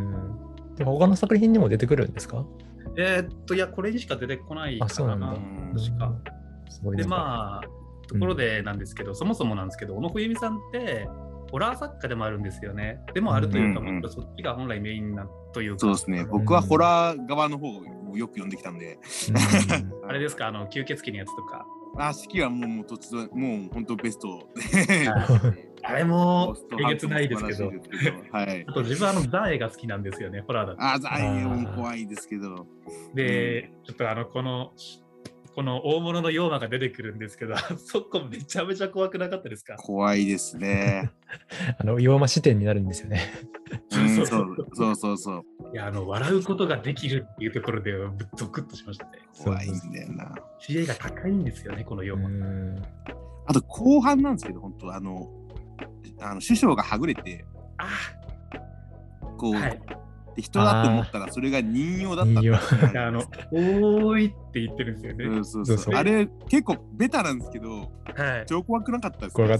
でも他の作品にも出てくるんですか？ えーっといやこれにしか出てこないかな。 あ、そうなんだ。 確か。 すごい。 でまあところでなんですけど、うん、そもそもなんですけど小野冬美さんってホラー作家でもあるんですよね。でもあるというか、うんうん、もっとそっちが本来メインなというか。 そうですね。僕はホラー側の方をよく読んできたんで。 うん、あれですか、あの吸血鬼のやつとか。 あ、式はもうもう突然もう本当ベスト。 あれもえげつないですけど。 はい。 あと自分はあのザエが好きなんですよね、ホラーだと。 あ、ザエも怖いですけど。 で、うん、ちょっとあのこの。この大物の妖魔が出てくるんですけど、そこめちゃめちゃ怖くなかったですか？ 怖いですね。 あの妖魔視点になるんですよね。 うん、そうそうそうそう。 いや、あの笑うことができるっていうところでぶっゾクッとしましたね。 怖いんだよな。 知恵が高いんですよね、この妖魔。 あと後半なんですけど、本当あのあの師匠がはぐれて、 あこう。はい、で人だと思ったらそれが人形だったってあのおーいって言ってるんですよね。 そうそうそうそう、あれ結構ベタなんですけど、はい、超怖くなかったですか？ 怖かった。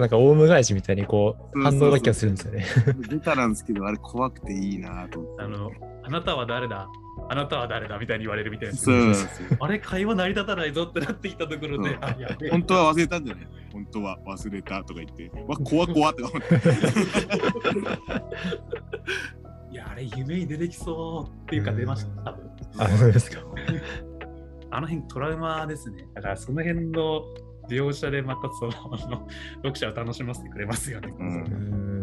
なんかオウム返しみたいにこう反応だけはするんですよね。 ベタなんですけど、あれ怖くていいなと思って。 あのあなたは誰だあなたは誰だみたいに言われるみたいな。 そうそうあれ会話成り立たないぞってなってきたところで、あ、やべえ。 本当は忘れたんじゃない？本当は忘れたとか言って、わ怖怖って思って。 いや、あれ夢に出てきそうっていうか出ました、多分。 あ、そうですか。 あの辺トラウマですね。だからその辺の描写でまたその読者を楽しませてくれますよね。うん。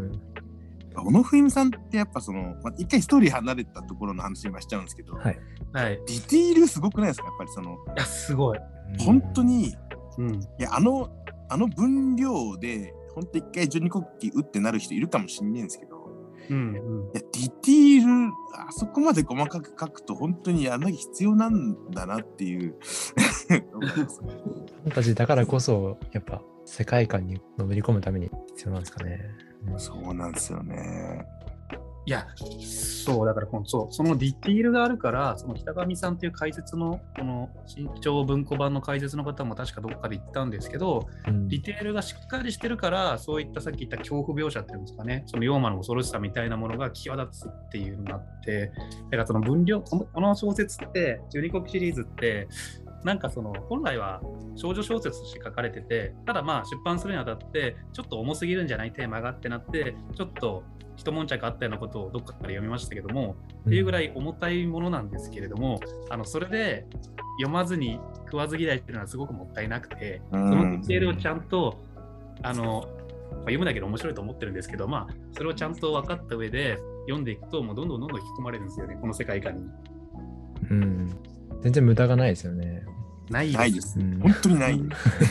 小野冬美さんってやっぱその、まあ、一回ストーリー離れたところの話今しちゃうんですけど、 はいはい、 ディティールすごくないですか？やっぱりその、いやすごい。 本当に、 うん、 いやあのあの分量で本当一回十二国旗打ってなる人いるかもしんないんですけど。 うんうん、 いやディティールあそこまで細かく書くと本当にやんなきゃ必要なんだなっていうファンタジーだからこそやっぱ世界観にのめり込むために必要なんですかね。 うん、そうなんですよね。 いやそうだからこのそうそのディティールがあるから、その北上さんという解説のこの新潮文庫版の解説の方も確かどっかで言ったんですけど、うん、ディテールがしっかりしてるから、そういったさっき言った恐怖描写っていうんですかね、その妖魔の恐ろしさみたいなものが際立つっていうのがあって、だからその分量、この小説って十二国旗シリーズってなんかその本来は少女小説として書かれてて、ただまあ出版するにあたってちょっと重すぎるんじゃないテーマがってなって、ちょっと一悶着あったようなことをどっかから読みましたけども、うん、っていうぐらい重たいものなんですけれども、あのそれで読まずに食わず嫌いっていうのはすごくもったいなくて、そのディテールをちゃんとあの、まあ、読むだけで面白いと思ってるんですけど、まあそれをちゃんと分かった上で読んでいくと、もうどんどんどんどん引き込まれるんですよね、この世界観に。 うん、全然無駄がないですよね。 ないです。 ないです。うん、本当にない。ない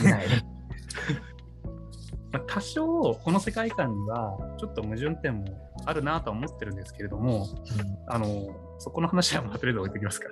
まあ、多少この世界観にはちょっと矛盾点もあるなとは思ってるんですけれども、うん、あのそこの話はまあとりあえず置いておきますか。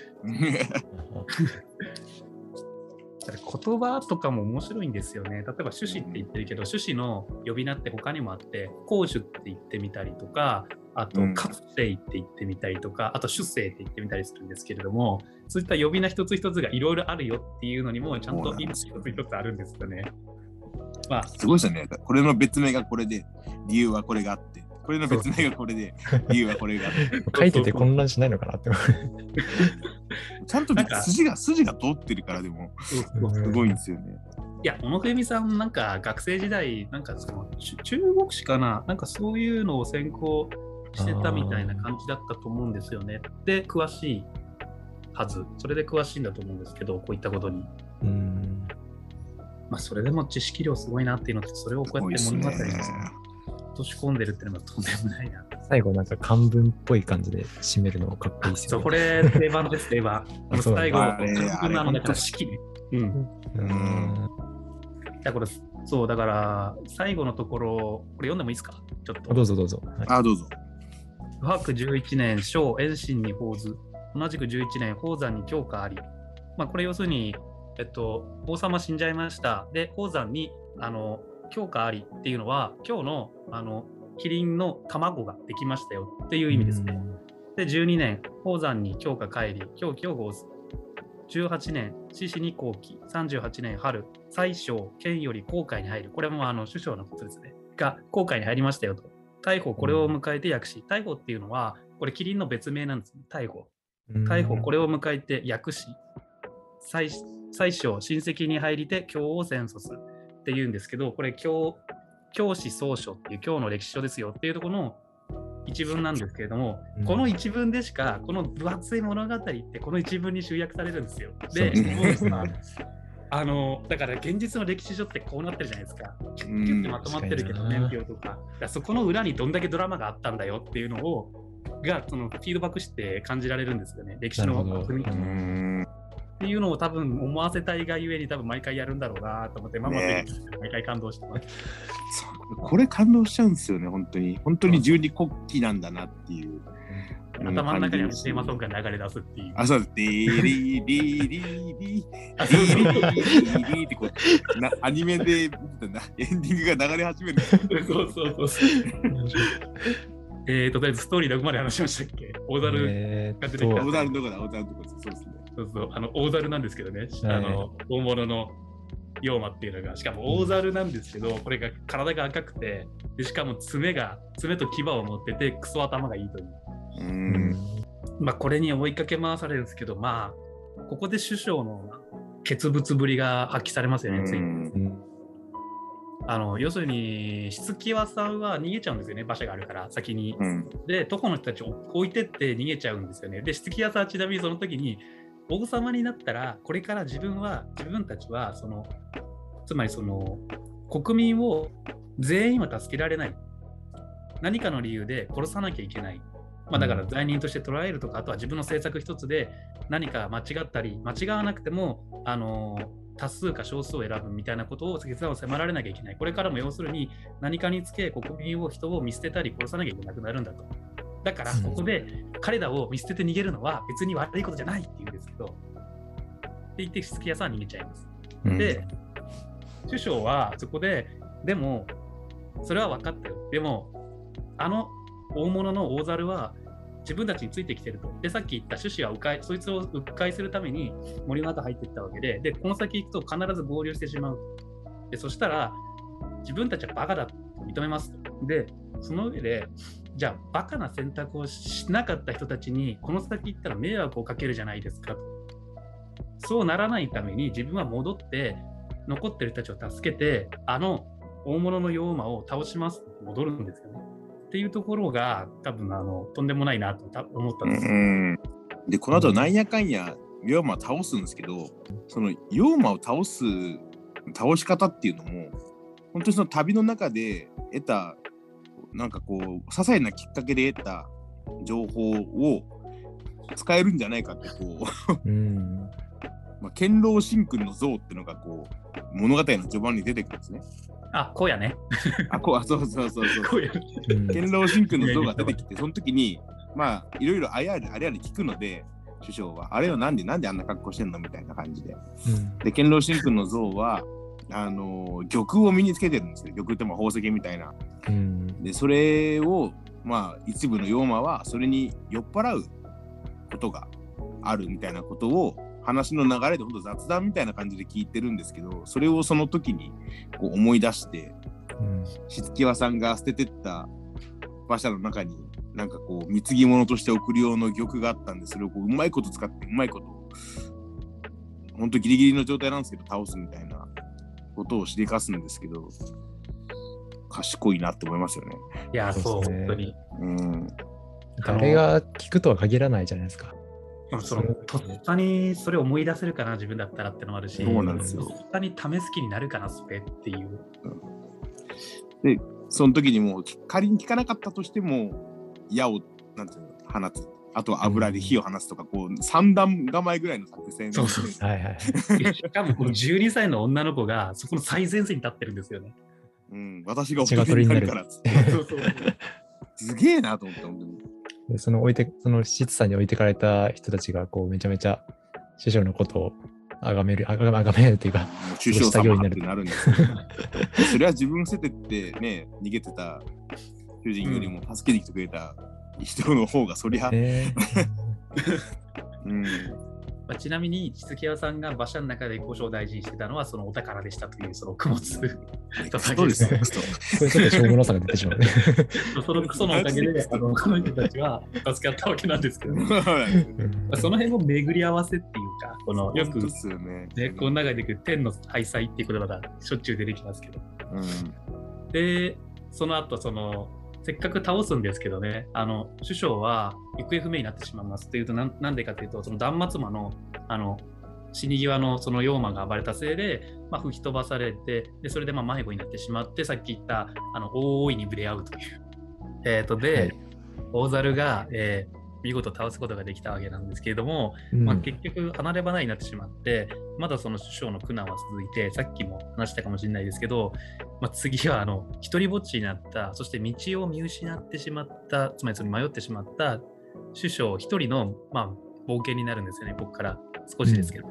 言葉とかも面白いんですよね。例えば種子って言ってるけど、種子の呼び名って他にもあって、公主って言ってみたりとか、あと活性って言ってみたりとか、あと主性って言ってみたりするんですけれども、そういった呼び名一つ一つがいろいろあるよっていうのにもちゃんと意味一つ一つあるんですよね。 まあ、すごいですよね。これの別名がこれで、理由はこれがあって、これの別名がこれで、理由はこれがあって。 書いてて混乱しないのかなって思う。 ちゃんと筋が、筋が通ってるからでも、すごいんですよね。 いや、小野冬美さん、なんか学生時代、なんかその中国史かな、なんかそういうのを専攻してたみたいな感じだったと思うんですよね。で、詳しいはず。それで詳しいんだと思うんですけど、こういったことに。 うん、 まあ、それでも知識量すごいなっていうのと、それをこうやって物語に落とし込んでるっていうのがとんでもないな。 最後なんか漢文っぽい感じで締めるのかっこいいですよね。 そう、これ定番です、定番。最後、漢文のなんか式ね。うん。うん。だから、そう、だから、最後のところ、これ読んでもいいですか？ちょっと。 どうぞどうぞ。 はい、あ、どうぞ。 不白じゅういちねん、小遠心に宝図。同じくじゅういちねん、宝山に教化あり。まあ、これ要するに、えっと、王様死んじゃいました。で、宝山に、あの、 教科ありっていうのは、今日のあのキリンの卵ができましたよっていう意味ですね。で、じゅうにねん、宝山に教科帰り、狂気を合す。じゅうはちねん、獅子に後期、さんじゅうはちねん春、宰相、剣より航海に入る。これもあの首相のことですね。が、航海に入りましたよと。大鵬、これを迎えて訳し。大鵬っていうのは、これキリンの別名なんですね。大鵬。大鵬、これを迎えて訳し。宰相、親戚に入りて、教を戦争するっていうんですけど、これ教、教史総書っていう今日の歴史書ですよっていうところの一文なんですけれども、うん、この一文でしかこの分厚い物語ってこの一文に集約されるんですよ。で、あのだから現実の歴史書ってこうなってるじゃないですか。キュッキュッてまとまってるけど、年表とか。だそこの裏にどんだけドラマがあったんだよっていうのをがそのフィードバックして感じられるんですよね。歴史の雰囲気っていうのを多分思わせたいがゆえに多分毎回やるんだろうなと思って、ママで毎回感動してます。 これ感動しちゃうんですよね、本当に。本当に十二国旗なんだなっていう。 頭の中にはテーマソングが流れ出すっていう。 あ、そうです。デーリーリーリーリーリーリーリーリーってこうなアニメでエンディングが流れ始める。 そうそうそう。えーと、とりあえずストーリーどこまで話しましたっけ？大猿が出てきた。 大猿のとこだ、大猿のとこです。そうですね。 そうそう、あの大猿なんですけどね、あの大物の妖魔っていうのが、しかも大猿なんですけど、これが体が赤くて、でしかも爪が爪と牙を持ってて、クソ頭がいいという。うん、まあこれに追いかけ回されるんですけど、まあここで首相の傑物ぶりが発揮されますよね、ついに。あの要するに室際さんは逃げちゃうんですよね、馬車があるから先に。うん、で、徒歩の人たちを置いてって逃げちゃうんですよね。で、室際さんはちなみにその時に、王様になったらこれから自分は自分たちはそのつまりその国民を全員は助けられない、何かの理由で殺さなきゃいけない、まあ、だから罪人として捉えるとか、あとは自分の政策一つで何か間違ったり間違わなくてもあの多数か少数を選ぶみたいなことを決断を迫られなきゃいけない。これからも要するに何かにつけ国民を人を見捨てたり殺さなきゃいけなくなるんだと。だからここで彼らを見捨てて逃げるのは別に悪いことじゃないって言うんですけど、って言って室際さんは逃げちゃいます。うん、で、首相はそこで、でもそれは分かったよ。でもあの大物の大猿は自分たちについてきてると。で、さっき言った種子は迂回、そいつを迂回するために森の中入っていったわけで、で、この先行くと必ず合流してしまう。で、そしたら自分たちはバカだと認めますと。で、その上で、じゃあバカな選択をしなかった人たちにこの先行ったら迷惑をかけるじゃないですかと。そうならないために自分は戻って残ってる人たちを助けて、あの大物の妖魔を倒しますって戻るんですよね。っていうところが多分あのとんでもないなと思ったんです。 うんで、この後なんやかんや妖魔を倒すんですけど、その妖魔を倒す倒し方っていうのも本当にその旅の中で得たなんかこう些細なきっかけで得た情報を使えるんじゃないかってこう、うんまあ、堅牢神君の像っていうのがこう物語の序盤に出てくるんですね。 あ、こうやね。 あ、こう、そうそうそうそう。こうや堅牢神君の像が出てきて、その時にまあいろいろあやあれあれあれ聞くので、首相はあれはなんでなんであんな格好してんのみたいな感じで、うん、で堅牢神君の像はあの玉を身につけてるんですよ。玉っても宝石みたいな。うん、でそれをまあ一部の妖魔はそれに酔っ払うことがあるみたいなことを話の流れで本当雑談みたいな感じで聞いてるんですけど、それをその時にこう思い出して、室際さんが捨ててった馬車の中になんかこう貢ぎ物として送る用の玉があったんで、それをこううまいこと使ってうまいこと本当ギリギリの状態なんですけど倒すみたいなことをしでかすんですけど、賢いなって思いますよね。 いや、そう、本当に。 うん。誰が聞くとは限らないじゃないですか。 そのとっさにそれを思い出せるかな、自分だったらってのもあるし、 そうなんですよ。 とっさに試す気になるかな、それっていう。 うん、で、その時にもう仮に聞かなかったとしても、矢をなんていうの放つ。あとは油で火を放つとか、うん、こう三段構えぐらいの作戦。 そうそうそう。はいはい。しかもこのじゅうにさいの女の子がそこの最前線に立ってるんですよね。 うん、私がおとりになるからっつって。そうそうそうすげえなと思った本当に。 でその置いてその質さんに置いてかれた人たちがこうめちゃめちゃ師匠のことをあがめる、あがめるというか、 首相様ってなるんですけど、それは自分を捨ててってね、逃げてた主人よりも助けに来てくれた人の方がそりゃ、 えーうんまあ、ちなみに、木月屋さんが馬車の中で交渉を大事にしてたのは、そのお宝でしたという、その供物。 そうですね。 これちょっとしょうもなさが出てしまうね。 そのクソのおかげで、あのこの人たちは助かったわけなんですけど、その辺も巡り合わせっていうか、このよく、ねね、この中でいく天の敗催っていう言葉がしょっちゅう出てきますけど。うん、で、その後、その、せっかく倒すんですけどね、あの首相は行方不明になってしまいますというと、な ん, なんでかというと、その断末魔のあの死に際のその妖魔が暴れたせいで、まあ、吹き飛ばされて、でそれでまあ迷子になってしまって、さっき言ったあの大いに触れ合うという。えー、とで、はい、大猿が、えー、見事倒すことができたわけなんですけれども、うんまあ、結局離れ離れになってしまって、まだその首相の苦難は続いて、さっきも話したかもしれないですけど、まあ、次はあの一人ぼっちになった、そして道を見失ってしまった、つまりその迷ってしまった首相一人の、まあ、冒険になるんですよね、ここから少しですけど。うん、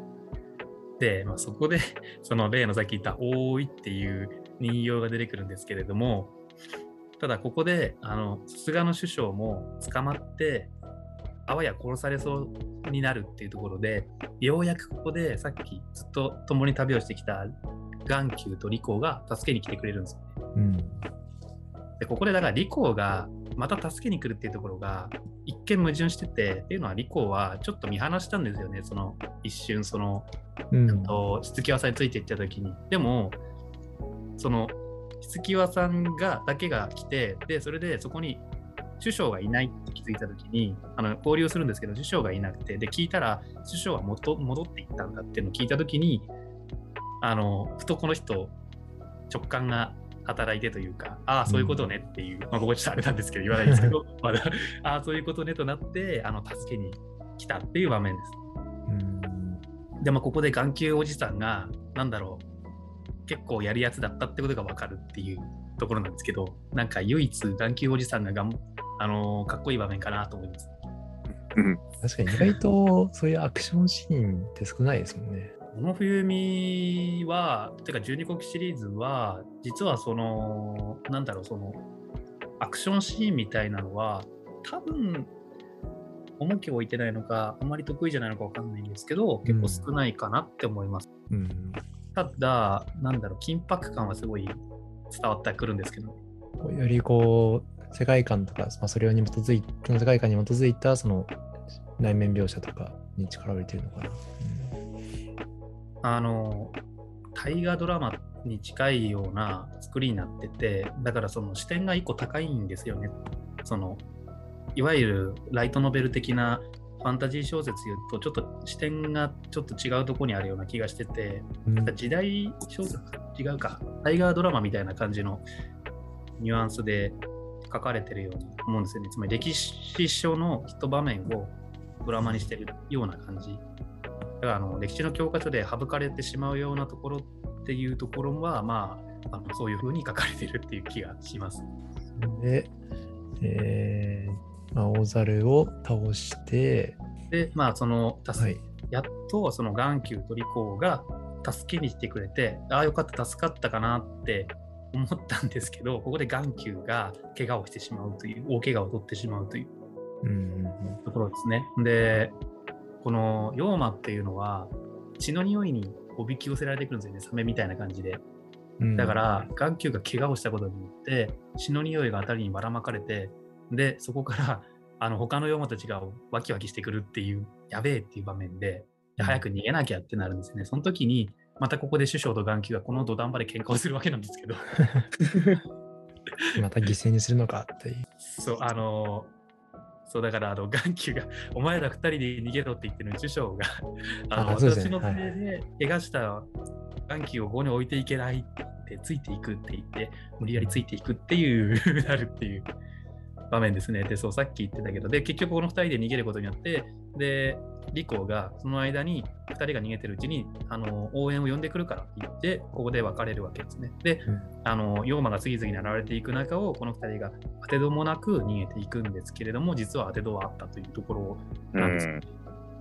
で、まあ、そこでその例のさっき言った大いっていう人形が出てくるんですけれども、ただここであのさすがの首相も捕まってあわや殺されそうになるっていうところで、ようやくここでさっきずっと共に旅をしてきた眼球とリコーが助けに来てくれるんですよね。うん、でここでだからリコーがまた助けに来るっていうところが一見矛盾してて、っていうのはリコーはちょっと見放したんですよね、その一瞬その、うん、としつきわさんについていった時に。でもそのしつきわさんがだけが来て、でそれでそこに首相がいないって気づいたときに、あの交流するんですけど、首相がいなくて、で聞いたら首相は元戻っていったんだっていうのを聞いたときに、あのふとこの人直感が働いてというか、ああそういうことねっていう、うんまあ、ここちょっとあれなんですけど言わないですけどまだああそういうことねとなってあの助けに来たっていう場面です。うんでも、まあ、ここで眼球おじさんがなんだろう結構やるやつだったってことが分かるっていうところなんですけど、なんか唯一眼球おじさんががんあのー、かっこいい場面かなと思います。 確かに意外とそういうアクションシーンって少ないですもんね。 この冬見は、てかじゅうに国シリーズは、実はその、なんだろう、その、アクションシーンみたいなのは、多分、重きを置いてないのか、あんまり得意じゃないのか分かんないんですけど、結構少ないかなって思います。うん、ただ、なんだろう、緊迫感はすごい伝わってくるんですけど、 よりこう、世界観とか、まあ、それに基づいて、世界観に基づいたその内面描写とかに力を入れてるのかな。うんあの大河ドラマに近いような作りになってて、だからその視点が一個高いんですよね。そのいわゆるライトノベル的なファンタジー小説言うとちょっと視点がちょっと違うところにあるような気がしてて、うん、時代小説違うか大河ドラマみたいな感じのニュアンスで書かれてるように思うんですよね。つまり歴史書の一場面をドラマにしてるような感じ。だからあの歴史の教科書で省かれてしまうようなところっていうところは、まあ、あのそういう風に書かれてるっていう気がします。 で、えーまあ、大猿を倒して、 で、まあ、その、はい、やっとその眼球とリコーが助けに来てくれて、ああよかった助かったかなって思ったんですけど、ここで眼球が怪我をしてしまうという、大怪我を負ってしまうというところですね。でこの妖魔っていうのは血の匂いにおびき寄せられてくるんですよね、サメみたいな感じで。だから眼球が怪我をしたことによって血の匂いが辺りにばらまかれて、でそこからあの他の妖魔たちがワキワキしてくるっていうやべえっていう場面で、で早く逃げなきゃってなるんですよね。その時にまたここで首相と眼球がこの土壇場で喧嘩をするわけなんですけどまた犠牲にするのかっていう。 そうあのそうだからあの眼球がお前ら二人で逃げろって言ってるのに首相があのあ、ね、私のせいで怪我した眼球をここに置いていけないって言ってついていくって言って無理やりついていくっていうなるっていう場面ですね。でそうさっき言ってたけど、で結局この二人で逃げることによって、でリコーがその間にふたりが逃げてるうちにあの応援を呼んでくるからって言ってここで別れるわけですね。で、うん、あの妖魔が次々に現れていく中をこのふたりが当てどもなく逃げていくんですけれども、実は当てどはあったというところなんです、うん、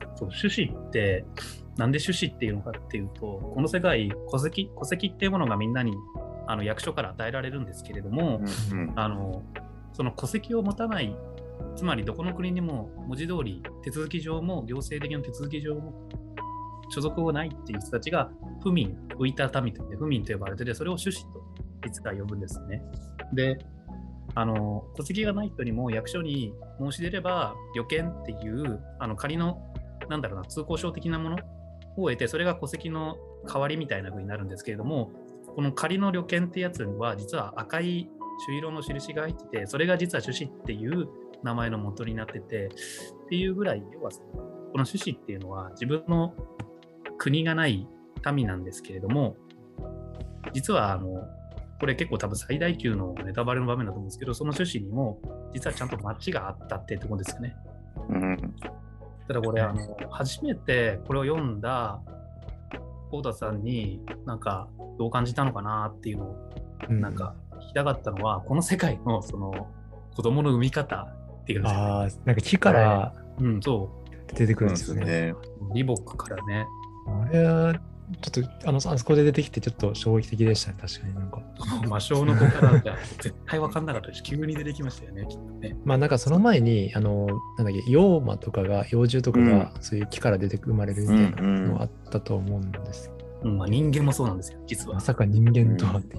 そう、種子ってなんで種子っていうのかっていうと、この世界戸籍戸籍っていうものがみんなにあの役所から与えられるんですけれども、 うんうんあのその戸籍を持たない、つまりどこの国にも文字通り手続き上も行政的な手続き上も所属がないっていう人たちが不民、浮いた民といって不民と呼ばれてて、それを種子と実は呼ぶんですね。で、あの戸籍がない人にも役所に申し出れば旅券っていうあの仮のなんだろうな通行証的なものを得て、それが戸籍の代わりみたいな風になるんですけれども、この仮の旅券ってやつは実は赤い朱色の印が入ってて、それが実は種子っていう名前の元になっててっていうぐらい、要はこの種子っていうのは自分の国がない民なんですけれども、実はあのこれ結構多分最大級のネタバレの場面だと思うんですけど、その種子にも実はちゃんと町があったっていうところですよね。 うん、 ただこれあの初めてこれを読んだ幸田さんになんかどう感じたのかなっていうのをなんか聞きたかったのは、この世界のその子供の産み方っていうんですよね。 ああ、なんか木からうんそう出てくるんですよね。 ね。 リボックからね。 あれはちょっとあのあそこで出てきてちょっと衝撃的でしたね。確かになんか。 魔性の子からじゃ絶対分かんなかったし、急に出てきましたよね、きっとね。 まあなんかその前にあのなんだっけ妖魔とかが妖獣とかがそういう木から出て生まれるみたいなのがあったと思うんです。 うんまあ、人間もそうなんですよ、実は。 まさか人間とはって。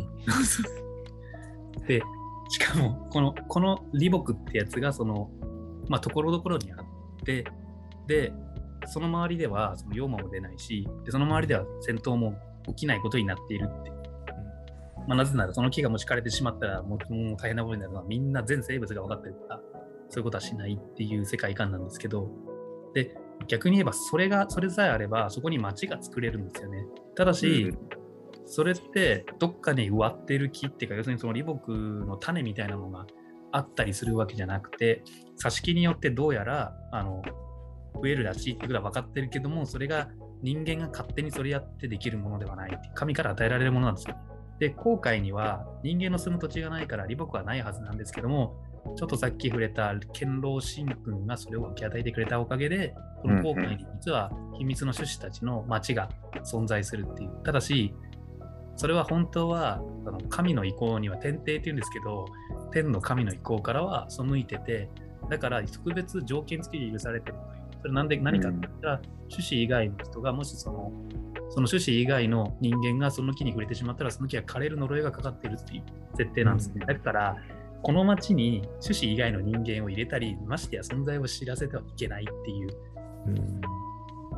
で、しかもこのこのリボクってやつがそのまあところどころにあって、でその周りではその妖魔も出ないし、でその周りでは戦闘も起きないことになっているって。まあ、なぜならその木がもし枯れてしまったらもう、もう大変なことになるのはみんな全生物が分かってるから、そういうことはしないっていう世界観なんですけど、で逆に言えばそれがそれさえあればそこに町が作れるんですよね。ただし、うん、それってどっかに植わっている木っていうか、要するにそのリボクの種みたいなのがあったりするわけじゃなくて、挿し木によってどうやらあの増えるらしいってことは分かってるけども、それが人間が勝手にそれやってできるものではない、神から与えられるものなんですよ。で、航海には人間の住む土地がないからリボクはないはずなんですけども、ちょっとさっき触れた堅牢神君がそれを分け与えてくれたおかげで、この航海に実は秘密の種子たちの町が存在するっていう。ただし、それは本当はあの神の意向には天帝っていうんですけど、天の神の意向からは背いてて、だから特別条件付きで許されてるという。それなんで何かって言ったら、種子以外の人がもしそのその種子以外の人間がその木に触れてしまったら、その木は枯れる呪いがかかっているっていう設定なんですね。うん、だからこの町に種子以外の人間を入れたり、ましてや存在を知らせてはいけないっていう、うん、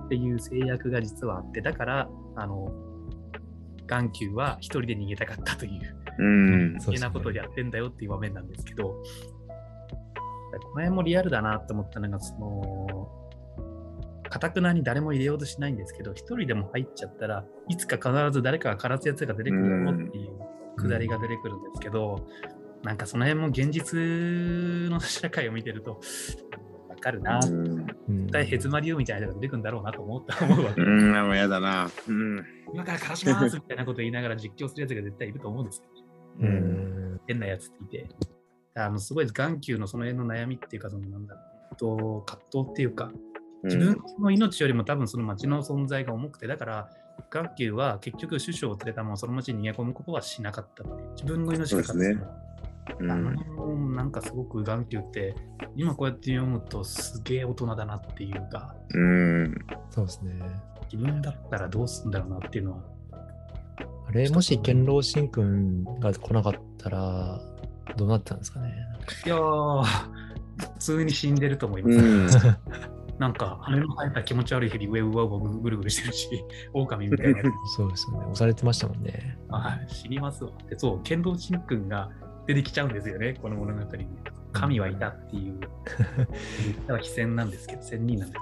っていう制約が実はあって、だからあの眼球は一人で逃げたかったという、うん、危険なことをやってんだよっていう場面なんですけど、この辺もリアルだなと思ったのが、そのかたくなに誰も入れようとしないんですけど、一人でも入っちゃったらいつか必ず誰かが枯らすやつが出てくるだろうっていうくだりが出てくるんですけど、うん、なんかその辺も現実の社会を見てると分かるな、うん、絶対ヘズマリオみたいなのが出てくるんだろうなと思った思うわけ。 うん、もうやだな、うん、 今から枯らしますみたいなこと言いながら実況するやつが絶対いると思うんですよ、うん、変なやつっていて、あのすごい眼球のその辺の悩みっていうか、そのなんだろうと葛藤っていうか、自分の命よりも多分その町の存在が重くて、だから眼球は結局首相を連れたままその町に逃げ込むことはしなかったっていう、自分の命が勝つの、ね、うん、あのなんかすごく眼球って今こうやって読むとすげえ大人だなっていうか、 うん、 そうですね。 自分だったらどうするんだろうなっていうのは。 あれ、もし堅牢神君が来なかったらどうなったんですかね。 いやー、普通に死んでると思います、うんなんか羽の生えた気持ち悪いヘビ上うわうわぐるぐるしてるし、狼みたいなそうですよね、押されてましたもんね。 はい、死にますわ。で、そう、剣道神君が出てきちゃうんですよね、この物語に。神はいたっていう、言ったら非戦なんですけど、仙人なんです。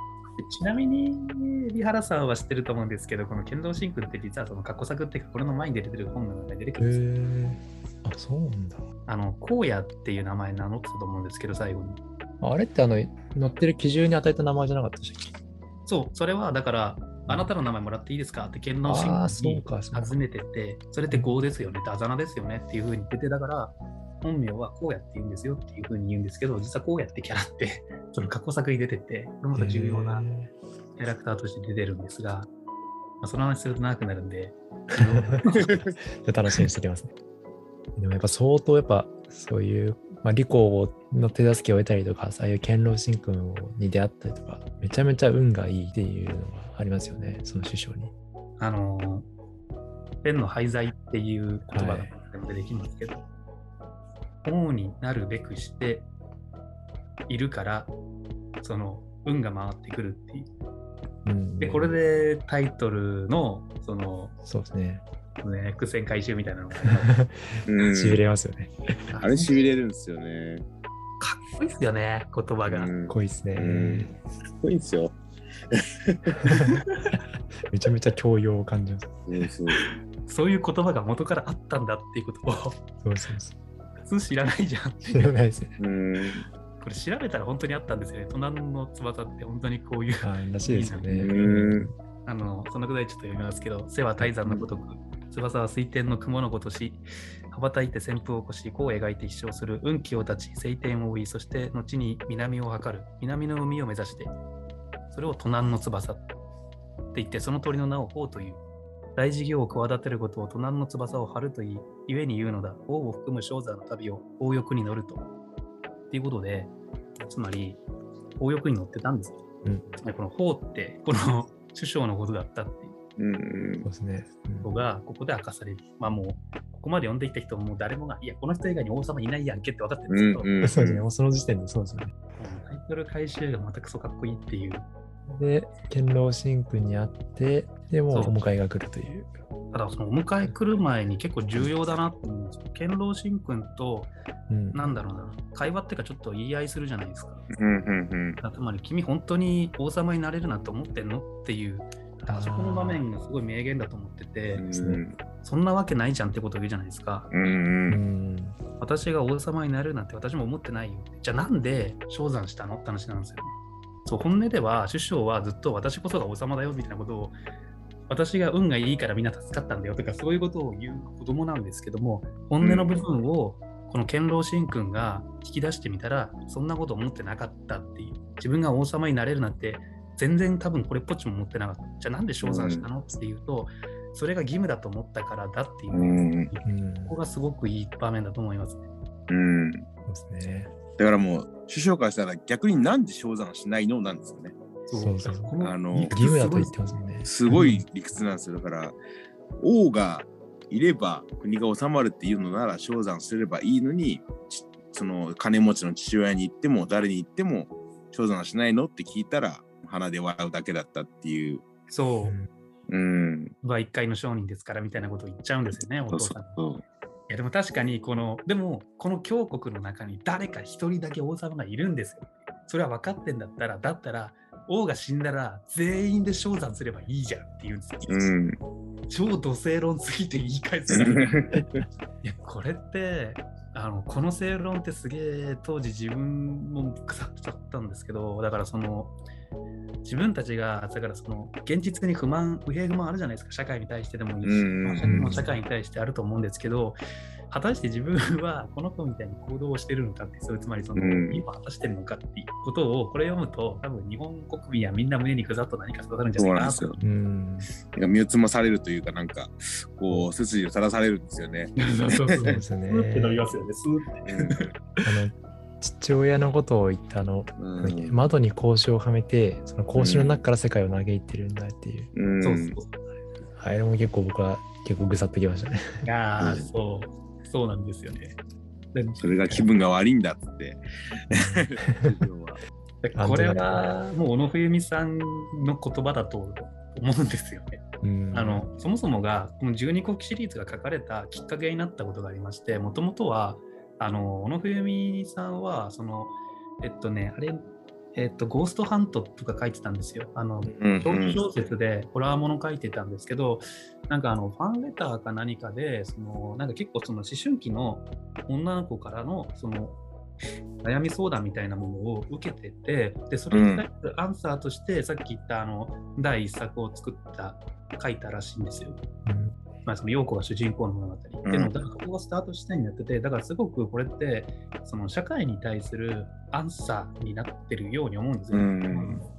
ちなみに、海老原さんは知ってると思うんですけど、この剣道神君って実はその過去作っていうか、これの前に出てくる本の中に出てくるんですよ。 へー、あ、そうなんだ。 あの、荒野っていう名前名乗ってたと思うんですけど、最後に。 あれってあの載ってる基準に与えた名前じゃなかったでしたっけ？ そう、それはだから、あなたの名前もらっていいですかって剣道神君に尋ねてて、それって豪ですよねって、あざなですよねっていう風に言ってて、だから、本名は荒野って言うんですよっていう風に言うんですけど、実は荒野ってキャラって、その過去作に出てて、これまた重要なキャラクターとして出てるんですが、まあ、その話すると長くなるんで、 楽しみにしておきますね。でもやっぱ相当やっぱそういう、まあ、リコの手助けを得たりとか、ああいう堅牢神君に出会ったりとか、めちゃめちゃ運がいいっていうのがありますよね、その首相に。 あの、天の廃材っていう言葉が出てきますけど、はい、王になるべくしているから、その運が回ってくるっていう。うん、で、これでタイトルの、その、 そうですね。 ね、苦戦回収みたいなのがしびれますよね。 あれしびれるんですよね。 かっこいいっすよね、言葉が。 かっこいいっすね。 かっこいいっすよ。 めちゃめちゃ教養を感じます。 そうそう。 そういう言葉が元からあったんだっていうことをそうそうそう普通知らないじゃん。 知らないですね。 これ調べたら本当にあったんですよね。隣の翼って本当にこういう。 あらしいですよね。 あのそのくらいちょっと読みますけど、背は大山のごとく、翼は水天の雲のごとし、羽ばたいて旋風を起こし、弧を描いて飛翔する運気を立ち、晴天を追い、そして後に南を測る、南の海を目指して、それを都南の翼って言って、その鳥の名を王という。大事業を企てることを都南の翼を張るといい、ゆえに言うのだ、王を含む商山の旅を王翼に乗ると。っていうことで、つまり、王翼に乗ってたんですよ。うん、つまりこの法って、この首相のことだったっていう。 うん、そうですね。 ことが、ここで明かされる。まあもう、ここまで読んでいった人ももう誰もが、いや、この人以外に王様いないやんけって分かってるんですけど、 うんうん、そうですね。もうその時点でそうですね。 タイトル回収がまたクソかっこいいっていう。 で、堅牢神君に会って、でもお迎えが来るという。 ただ、そのお迎え来る前に結構重要だなと思うんですよ。堅牢神君と、うん、なんだろうな、会話っていうかちょっと言い合いするじゃないですか。 うんうんうん、 つまり、君本当に王様になれるなと思ってんのっていう、あそこの場面がすごい名言だと思ってて、うん、そんなわけないじゃんってことを言うじゃないですか。 うんうん、 私が王様になれるなんて私も思ってないよ。じゃあなんで昇山したのって話なんですよね。そう、本音では首相はずっと私こそが王様だよみたいなことを、私が運がいいからみんな助かったんだよとかそういうことを言う子供なんですけども、本音の部分をこの堅牢神君が引き出してみたら、そんなこと思ってなかったっていう。自分が王様になれるなんて全然多分これっぽっちも思ってなかった。じゃあなんで昇山したのっていうと、それが義務だと思ったからだっていう、うん、ここがすごくいい場面だと思いますね。 うん、 そうですね。 だからもう首相からしたら逆になんで昇山しないのなんですよね。 そうそうそう。 あの義務だと言ってますよね。 すごい理屈なんですよ。だから王がいれば国が治まるっていうのなら昇山すればいいのに、その金持ちの父親に行っても誰に行っても昇山しないのって聞いたら鼻で笑うだけだったっていう。 そう。 うん。 は一回の商人ですからみたいなことを言っちゃうんですよね、お父さん。 そうそう。 いやでも確かにこのでもこの強国の中に誰か一人だけ王様がいるんですよ。それは分かってんだったらだったら王が死んだら全員で昇山すればいいじゃんって言うんですよ。 うん、 超土星論すぎて言い返す。いやこれってあのこの正論ってすげえ当時自分も腐っちゃったんですけど、だからその自分たちがだからその現実に不満不平不満あるじゃないですか、社会に対してでもいいし、まあ、社会に対してあると思うんですけど、果たして自分はこの子みたいに行動をしてるのかって、それつまりその、うん、今果たしてるのかっていうことをこれ読むと多分日本国民はみんな胸にぐざっと何か刺さるんじゃないかなと。 そうなんですよ。うん、なんか身をつまされるというかなんかこう背筋を垂らされるんですよね。 そうそうそうですよね。 スーってなりますよね。スーって。 あの父親のことを言ったあの、うん、窓に格子をはめてその格子の中から世界を嘆いてるんだっていう。 うん、 そうそう。 あれも結構僕は結構ぐさっときましたね。 いやー、そう。そうなんですよね。 それが気分が悪いんだっつって。 これはもう小野冬美さんの言葉だと思うんですよね。あのそもそもがこの十二国シリーズが書かれたきっかけになったことがありまして、もともとはあの小野冬美さんはそのえっとねあれえっと、ゴーストハントとか書いてたんですよ。あの、小説でホラーもの書いてたんですけど、なんかあの、ファンレターか何かで、その、なんか結構その思春期の女の子からの、その、悩み相談みたいなものを受けてて、で、それに対するアンサーとして、うん、さっき言ったあの、第一作を作った、書いたらしいんですよ。うんまあ、その陽子が主人公の物語っていうのを、だからここがスタート地点になってて、だからすごくこれってその社会に対するアンサーになってるように思うんですよ、ね。うん、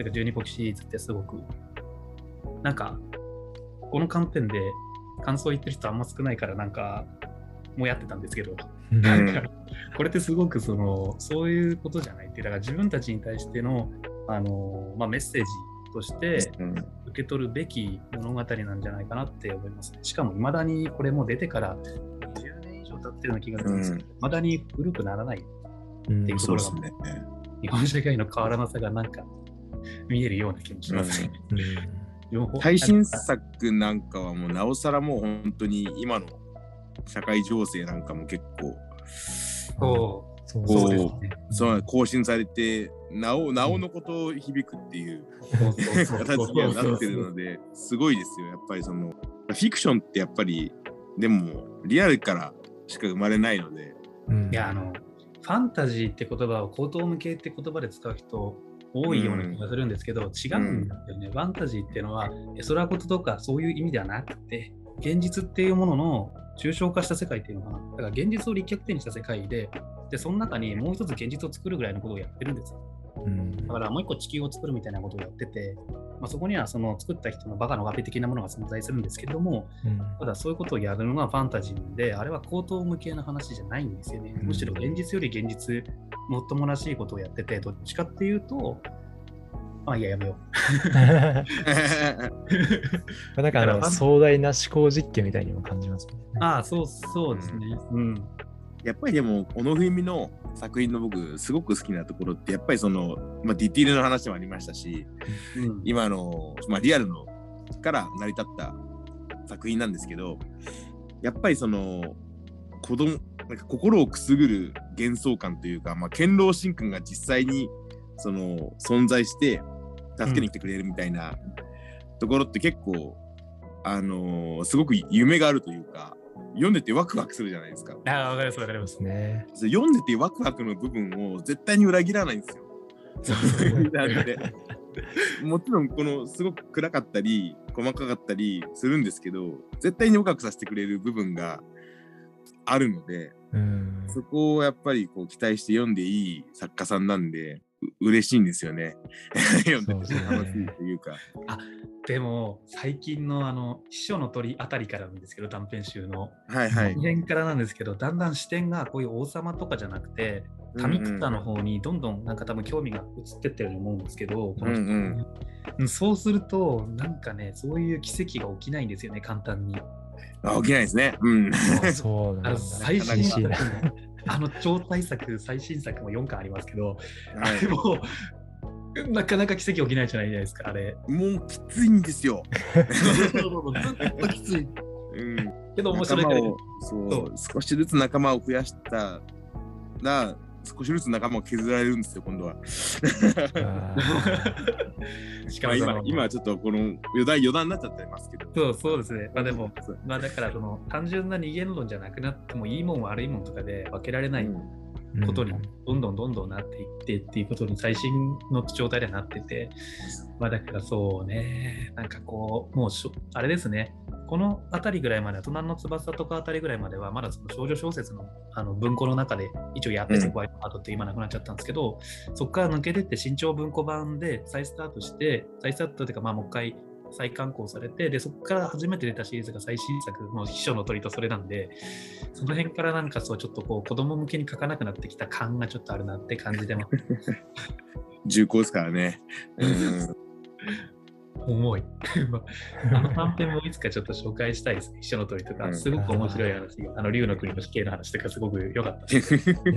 てかじゅうにこきシリーズってすごく、なんか、この観点で感想言ってる人あんま少ないから、なんか、もやってたんですけど、なんか、これってすごくその、そういうことじゃないって、だから自分たちに対しての、あの、まあ、メッセージとして受け取るべき物語なんじゃないかなって思いますね。しかも、いまだにこれも出てからじゅうねん以上経ってるような気がするんですけど、いまだに古くならないっていうところが、ね、日本社会の変わらなさがなんか見えるような気もしますね。 うんうん、最新作なんかはもうなおさらもう本当に今の社会情勢なんかも結構そうそうですね。 そう更新されてなおなおのことを響くっていう形にはなってるのですごいですよ。やっぱりそのフィクションってやっぱりでもリアルからしか生まれないので、 うん、いやあのファンタジーって言葉を高等無形って言葉で使う人多いような気がするんですけど、うん、違うんだよね、うん、ファンタジーっていうのは絵空事とかそういう意味ではなくて現実っていうものの抽象化した世界っていうのかな。だから現実を立脚点にした世界で、でその中にもう一つ現実を作るぐらいのことをやってるんですよ。うん、だからもう一個地球を作るみたいなことをやってて、まあ、そこにはその作った人のバカのワペ的なものが存在するんですけれども、うん、ただそういうことをやるのがファンタジーなんで、あれは高等無形な話じゃないんですよね。むしろ現実より現実もっともらしいことをやってて、どっちかっていうと、あ、いややめよう。なんかあの壮大な思考実験みたいにも感じますね。 ああ、そうそうですね。うん。 やっぱりでも小野文の作品の僕すごく好きなところってやっぱりその、まあ、ディティールの話もありましたし、うん、今の、まあ、リアルのから成り立った作品なんですけど、やっぱりその子供なんか心をくすぐる幻想感というか、まあ、堅牢神君が実際にその存在して助けに来てくれるみたいなところって結構、うん、あのー、すごく夢があるというか読んでてワクワクするじゃないですか。 ああ、わかりますわかりますね。 読んでてワクワクの部分を絶対に裏切らないんですよ。なんでもちろんこのすごく暗かったり細かかったりするんですけど、絶対にワクワクさせてくれる部分があるので、うん、そこをやっぱりこう期待して読んでいい作家さんなんで嬉しいんですよね。読んでて楽しいというか。 あ、でも最近のあの秘書の鳥あたりからなんですけど、短編集の、はいはい、この辺からなんですけど、だんだん視点がこういう王様とかじゃなくて神方の方にどんどんなんか多分興味が移ってってると思うんですけど、この人、うんうん、そうするとなんかね、そういう奇跡が起きないんですよね、簡単に。 あ、起きないですね。うん。 そうなんだ。 最新作のあの超大作最新作もよんかんありますけど、はい、あれもなかなか奇跡起きないじゃないですか、あれ。 もうきついんですよ。 ずっときつい。うん。けど面白いから。 そう、少しずつ仲間を増やしたら、少しずつ仲間を削られるんですよ、今度は。しかも今、今はちょっとこの余談余談になっちゃってますけど。 そうそうですね。まあでも、まあだからその単純な二元論じゃなくなってもいいもん悪いもんとかで分けられないことにどんどんどんどんなっていってっていうことに最新の状態ではなってて、まあだからそうね、なんかこう、もうしょあれですね。このあたりぐらいまでは、隣の翼とかあたりぐらいまでは、まだその少女小説のあの文庫の中で一応やってて、ホワイトハートって今なくなっちゃったんですけど、そこから抜けてって新潮文庫版で再スタートして、再スタートというか、まあもう一回再刊行されて、で、そこから初めて出たシリーズが最新作の秘書の鳥とそれなんで、その辺からなんかそうちょっとこう子供向けに書かなくなってきた感がちょっとあるなって感じでます。 重厚ですからね。うん重い。あの短編もいつかちょっと紹介したいですね。秘書の鳥とか、すごく面白い話が、あの竜の国の死刑の話とかすごく良かったです。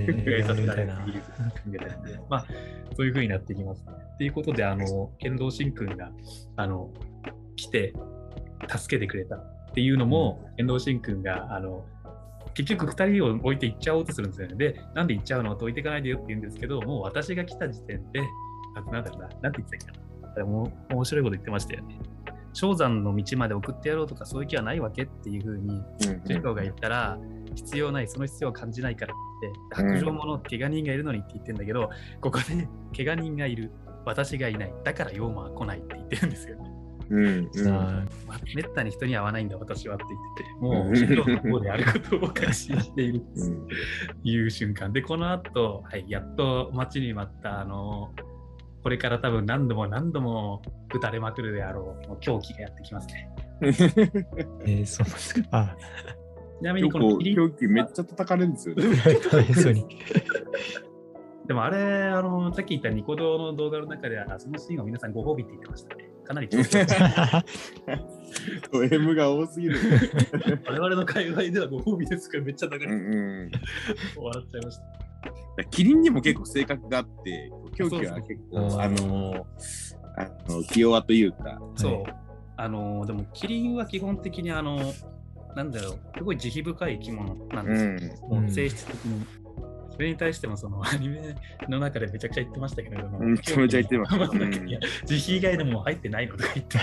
まあ、そういう風になっていきますね。ということで、あの、剣道神君が、あの、来て、助けてくれたっていうのも、剣道神君が、あの、結局ふたりを置いて行っちゃおうとするんですよね。で、なんで行っちゃうのって置いていかないでよって言うんですけど、もう私が来た時点で、あ、なんだろうな、なんて言ってたっけな。もう面白いこと言ってましたよね。蕭山の道まで送ってやろうとかそういう気はないわけっていうふうに主人公が言ったら、必要ない、その必要を感じないからって白状者、怪我人がいるのにって言ってるんだけど、ここで怪我人がいる、私がいない、だから妖魔は来ないって言ってるんですよね。うんうんまあ、めったに人に会わないんだ私はって言ってて、もう主人公の方であることを確信しているという瞬間で、この後、はい、やっと待ちに待ったあのこれから多分何度も何度も打たれまくるであろう、もう狂気がやってきますね。 えー、そうなんですか。あ、 ちなみにこのキリン狂気めっちゃ叩かれるんですよね。 大変そうに。 でもあれ、あの、さっき言ったニコ動の動画の中では、そのシーンを皆さんご褒美って言ってましたね。かなり調子よくド M が多すぎる。 我々の界隈ではご褒美ですからめっちゃ流れて、 うんうん、 笑っちゃいました。 キリンにも結構性格があって、狂気は結構、 そうそうあの、あの、気弱というか。 そう。 はい、 あの、でもキリンは基本的にあの、なんだろう、すごい慈悲深い生き物なんですよ。 うんもう性質的に。それに対してもそのアニメの中でめちゃくちゃ言ってましたけれども、 めちゃめちゃ言ってました。 うん、いや慈悲以外でも入ってないのとか言って、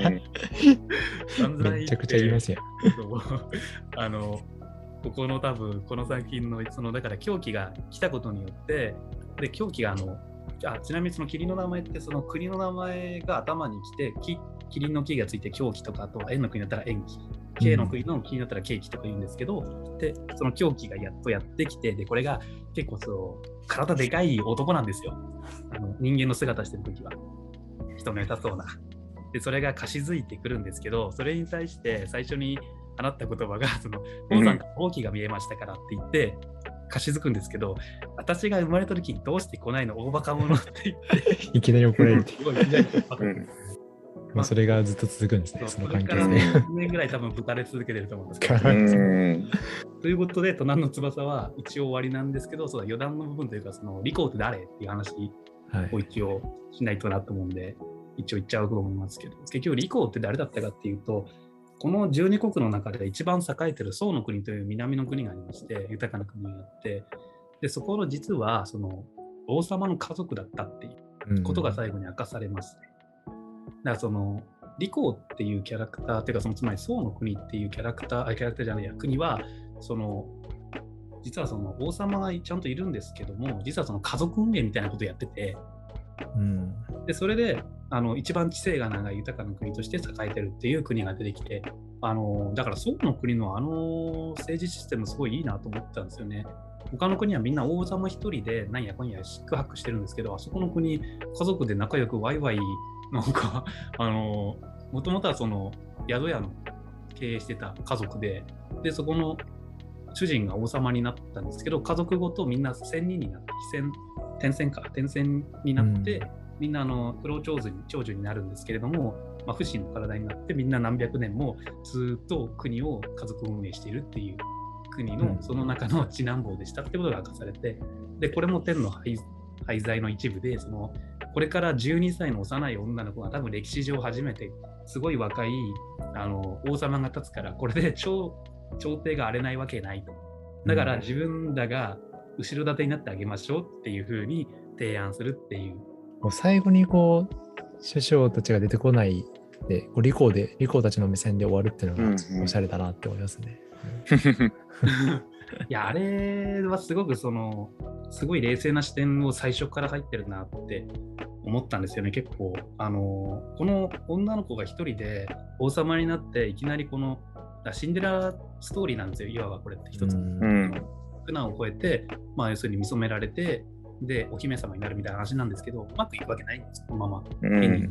めちゃくちゃ言いますよ。 あのここの多分この作品のそのだから狂気が来たことによってで狂気があのあちなみにそのキリンの名前ってその国の名前が頭に来てきキリンの木がついて狂気とかあとは円の国だったら円気。K の国の木になったらケーキとか言うんですけど、うん、でその狂気がやっとやってきてでこれが結構そう体でかい男なんですよ。あの人間の姿してる時は人の良さそうなでそれが貸し付いてくるんですけどそれに対して最初に放った言葉がその父さんが大きが見えましたからって言って貸し付くんですけど、私が生まれた時にどうして来ないの大バカ者って言っていきなり怒られてすごいいきなりまあそれがずっと続くんですね、その関係性。 ねんねんぐらい多分ぶたれ続けてると思うんですけど。ということで、隣の翼は一応終わりなんですけど、そうだ余談の部分というか、そのリコーって誰っていう話を一応しないとなと思うんで、はい、一応言っちゃうと思いますけど、結局リコーって誰だったかっていうと、このじゅうにこくの中で一番栄えてる宋の国という南の国がありまして、豊かな国があって、でそこの実はその王様の家族だったっていうことが最後に明かされますね。だからそのリコーっていうキャラクターっていうかそのつまり宋の国っていうキャラクターあキャラクターじゃないや国はその実はその王様がちゃんといるんですけども実はその家族運営みたいなことをやってて、うん、でそれであの一番地政が長い豊かな国として栄えてるっていう国が出てきてあのだから宋の国のあの政治システムすごいいいなと思ったんですよね。他の国はみんな王様一人でなんやこんや宿泊してるんですけどあそこの国家族で仲良くワイワイなんかあのもともとはその宿屋の経営してた家族ででそこの主人が王様になったんですけど家族ごとみんな仙人になって転戦か転戦になって、うん、みんなあの不老長寿に長寿になるんですけれども、まあ、不死の体になってみんな何百年もずっと国を家族運営しているっていう国のその中の次男坊でしたってことが明かされてでこれも天の廃材の一部でそのこれからじゅうにさいの幼い女の子が多分歴史上初めてすごい若いあの王様が立つからこれで 朝, 朝廷が荒れないわけないとだから自分らが後ろ盾になってあげましょうっていう風に提案するっていうもう最後にこう首相たちが出てこないでこうリコでリコたちの目線で終わるっていうのがおしゃれだなって思いますね、うんうんいやあれはすごくそのすごい冷静な視点を最初から入ってるなって思ったんですよね。結構あのこの女の子が一人で王様になっていきなりこのシンデレラストーリーなんですよ。いわばこれって一つ苦難を越えて、まあ、要するに見初められてでお姫様になるみたいな話なんですけどうまくいくわけないんですこのまま、うん、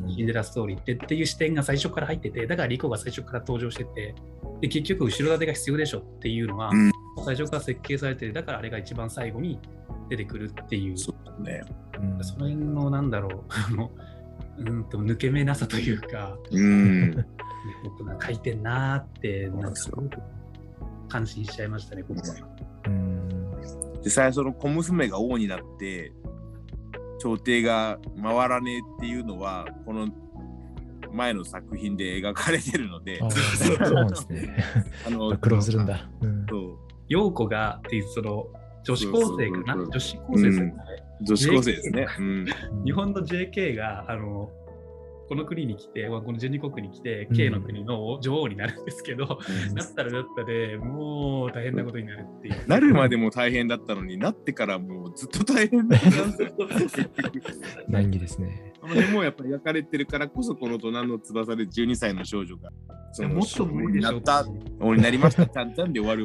シンデレラストーリーってっていう視点が最初から入っててだからリコが最初から登場しててで結局後ろ盾が必要でしょっていうのが、うん最初から設計されてだからあれが一番最後に出てくるっていうそうね、 うん、その辺のなんだろうあのうんと抜け目なさというかうん僕が書いてんなーってなんかすごく感心しちゃいましたねここは。 うんで最初の小娘が王になって朝廷が回らねえっていうのはこの前の作品で描かれてるのでそうなんですねあの苦労するんだ、 うん、そう陽子がっていうその女子高生かな女子高生ですね、 うん、女子高生ですね、 うん、日本の ジェーケー があのこの国に来てこのじゅうにこくに来て K の国の女王になるんですけど、うん、なったらなったでもう大変なことになるっていうなるまでも大変だったのになってからもうずっと大変だったんですよ難儀ですねこの辺もやっぱり描かれてるからこそこの隣の翼でじゅうにさいの少女がそのもっと無理になった王になりましたちゃんちゃんで終わるわけ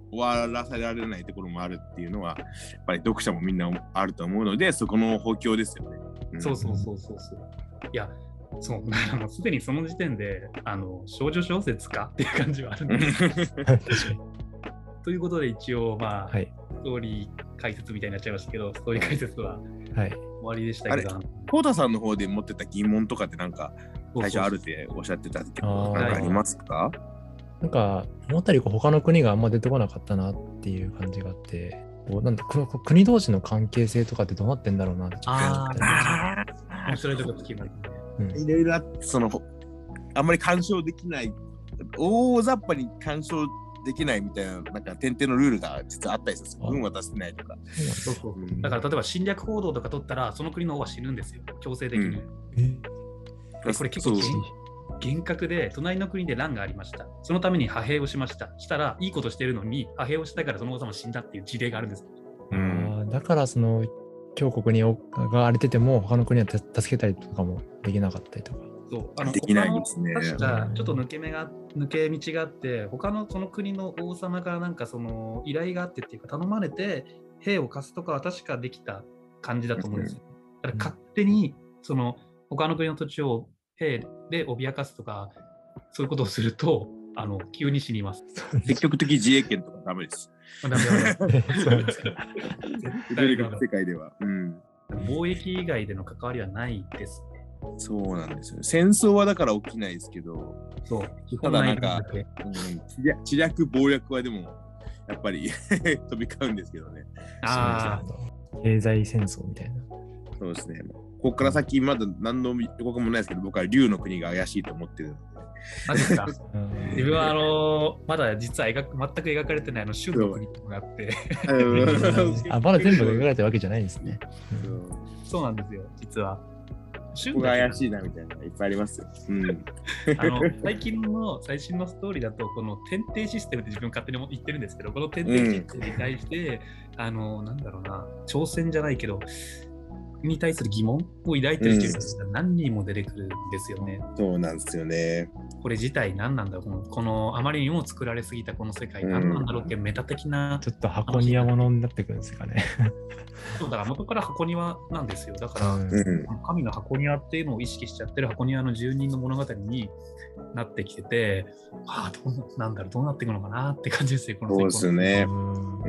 終わらせられないところもあるっていうのはやっぱり読者もみんなあると思うので、そこの補強ですよね。 うん、そうそうそうそうそう。いや、そうだからもうすでにその時点であの少女小説かっていう感じはあるんですということで一応まあ、はい、ストーリー解説みたいになっちゃいましたけど、ストーリー解説は終わりでしたけど、 コウタさんの方で持ってた疑問とかってなんか最初あるっておっしゃってたけど、何かありますか？ なんか思ったより他の国があんま出てこなかったなっていう感じがあって、こうなんだこの国同士の関係性とかってどうなってんだろうなってちょっと思ったりました。 面白いところ聞きますね。 いろいろあってそのあんまり干渉できない、大雑把に干渉できないみたいな、なんか点々のルールが実はあったりする。運渡してないとか。 そうそう、うん、だから例えば侵略報道とか取ったらその国の方は死ぬんですよ、強制的に。うん、これ結構厳格で、隣の国で乱がありました。そのために派兵をしました。したらいいことしてるのに派兵をしたからその王様死んだっていう事例があるんです。 うん、だからその強国にが荒れてても他の国は助けたりとかもできなかったりとか。 そうあのできないですね。 確かちょっと抜け目が抜け道があって、他のその国の王様からなんかその依頼があってっていうか頼まれて兵を貸すとかは確かできた感じだと思うんですよ。だから勝手にその他の国の土地を兵で脅かすとかそういうことをするとあの急に死にます。 積極的自衛権とかダメです。 ダメダメ。そうですか。 世界では、うん、 貿易以外での関わりはないですね。 そうなんですよね。戦争はだから起きないですけど、 そうただなんか、うん、知略謀略はでもやっぱり飛び交うんですけどね。 ああ、経済戦争みたいな。 そうですね。ここから先まだ何の予告もないですけど、僕は竜の国が怪しいと思ってるので。 マジですか？自分はあのまだ実は描く全く描かれてないあの春の国とかがあってあ、まだ全部描かれてるわけじゃないんですね。 そうなんですよ、実は。 ここが怪しいなみたいなのいっぱいありますよ。うん、 あの最近の最新のストーリーだとこの天帝システムって自分勝手に言ってるんですけど、この天帝システムに対して、うん、あのなんだろうな、挑戦じゃないけどに対する疑問を抱いてる人が何人も出てくるんですよね。 うん、そうなんですよね。 これ自体何なんだろう、この、このあまりにも作られすぎたこの世界何なんだろうっていうメタ的な、 うん、ちょっと箱庭ものになってくるんですかね。 そうだから元から箱庭なんですよ。だから、うん、神の箱庭っていうのを意識しちゃってる箱庭の住人の物語になってきてて、ああどうなんだろう、どうなっていくのかなって感じですよ、このそうですね。うん、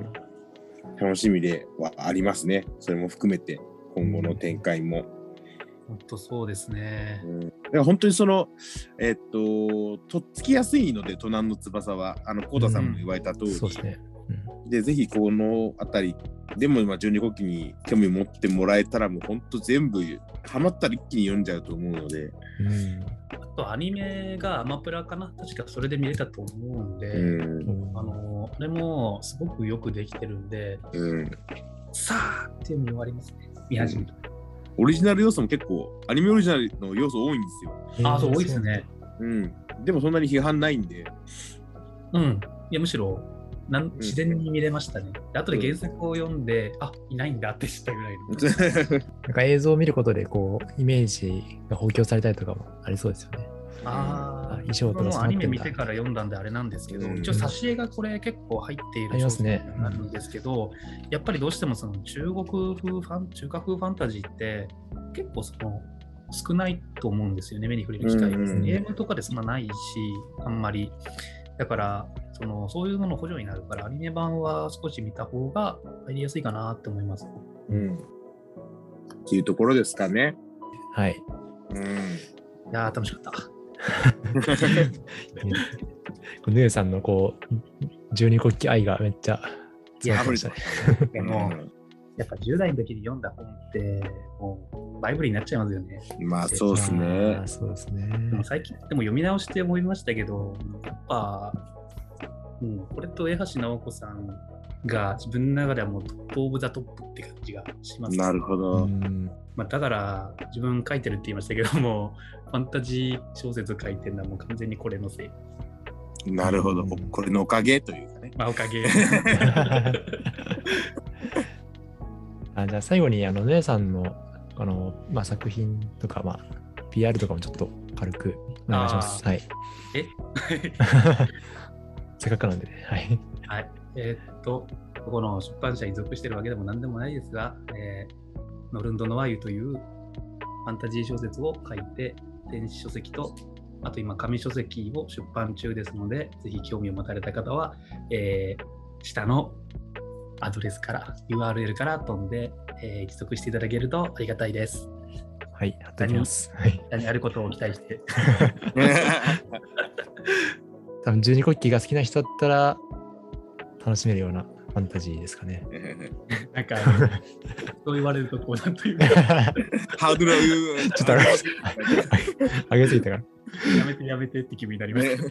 楽しみではありますね。それも含めて今後の展開も。 本当そうですね。 うん、だから本当にその、えー、っと、とっつきやすいので、都南の翼は、あの、コウタさんも言われた通り、うん、そうですね。うん、で、ぜひこのあたりでも、まあ、じゅうに国旗に興味持ってもらえたら、もう本当全部、ハマったら一気に読んじゃうと思うので。うん、 あと、アニメがアマプラかな、確かそれで見れたと思うんで、うん、あの、あれもすごくよくできてるんで、うん、さあっていうのに終わりますね、見始めた。うんオリジナル要素も結構、アニメオリジナルの要素多いんですよ。ああ、そう、多いですね。 うん。でもそんなに批判ないんで。 うん。いや、むしろなん自然に見れましたね。うん、あとで原作を読んで、うん、あ、いないんだって知ったぐらいの。 なんか映像を見ることで、こう、イメージが補強されたりとかもありそうですよね。 ああ、衣装とかアニメ見てから読んだんであれなんですけど、うん、一応挿絵がこれ結構入っている小説になるんですけど、ねうん、やっぱりどうしてもその中国風ファン中華風ファンタジーって結構その少ないと思うんですよね、目に触れる機会が、うんうん、ゲームとかでそんなないし、あんまりだからそのそういうもの補助になるからアニメ版は少し見た方が入りやすいかなって思います。 うん。っていうところですかね。 はい。 うん。いやー楽しかった。 ヌエさんのこう十二国旗愛がめっちゃ強まりましたね。でもやっぱじゅう代の時に読んだ本ってもうバイブルになっちゃいますよね。 まあそうですね。 そうですね。 でも最近でも読み直して思いましたけど、やっぱ、うん、これと江橋直子さんが自分の中ではもうトップオブザトップって感じがします、ね。 なるほど。 まあ、だから自分書いてるって言いましたけども、ファンタジー小説書いてるのはもう完全にこれのせい。 なるほど、これのおかげというかね。 まあおかげ。 あじゃあ最後にあの姉さんのあの、まあ、作品とか、まあ、ピーアール とかもちょっと軽くお願いします。はい。 えせっかくなんでね。はい。 はい。えーっと、ここの出版社に属しているわけでも何でもないですが、えー、ノルンド・ノワユというファンタジー小説を書いて、電子書籍と、あと今、紙書籍を出版中ですので、ぜひ興味を持たれた方は、えー、下のアドレスから、ユーアールエル から飛んで、えー、帰属していただけるとありがたいです。 はい、貼っておきます。はい。 何あることを期待して。 多分十二国旗が好きな人だったら楽しめるようなファンタジーですかね。 なんか、そう言われるとこうなんというか。 ハードルを言う。 ちょっと上げすぎたから。 やめてやめてって気分になりました。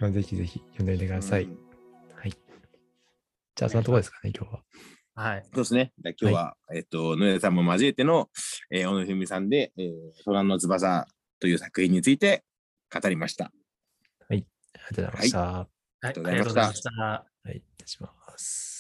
ぜひぜひ読んでみてください。うん、はい。じゃあそのところですかね、今日は。 はい。 そうですね。今日は、はい、えっと、野枝さんも交えての、えー、小野文さんで、えー、虎の翼という作品について語りました。 はい。ありがとうございました。 はい、ありがとうございました。 はい、失礼します。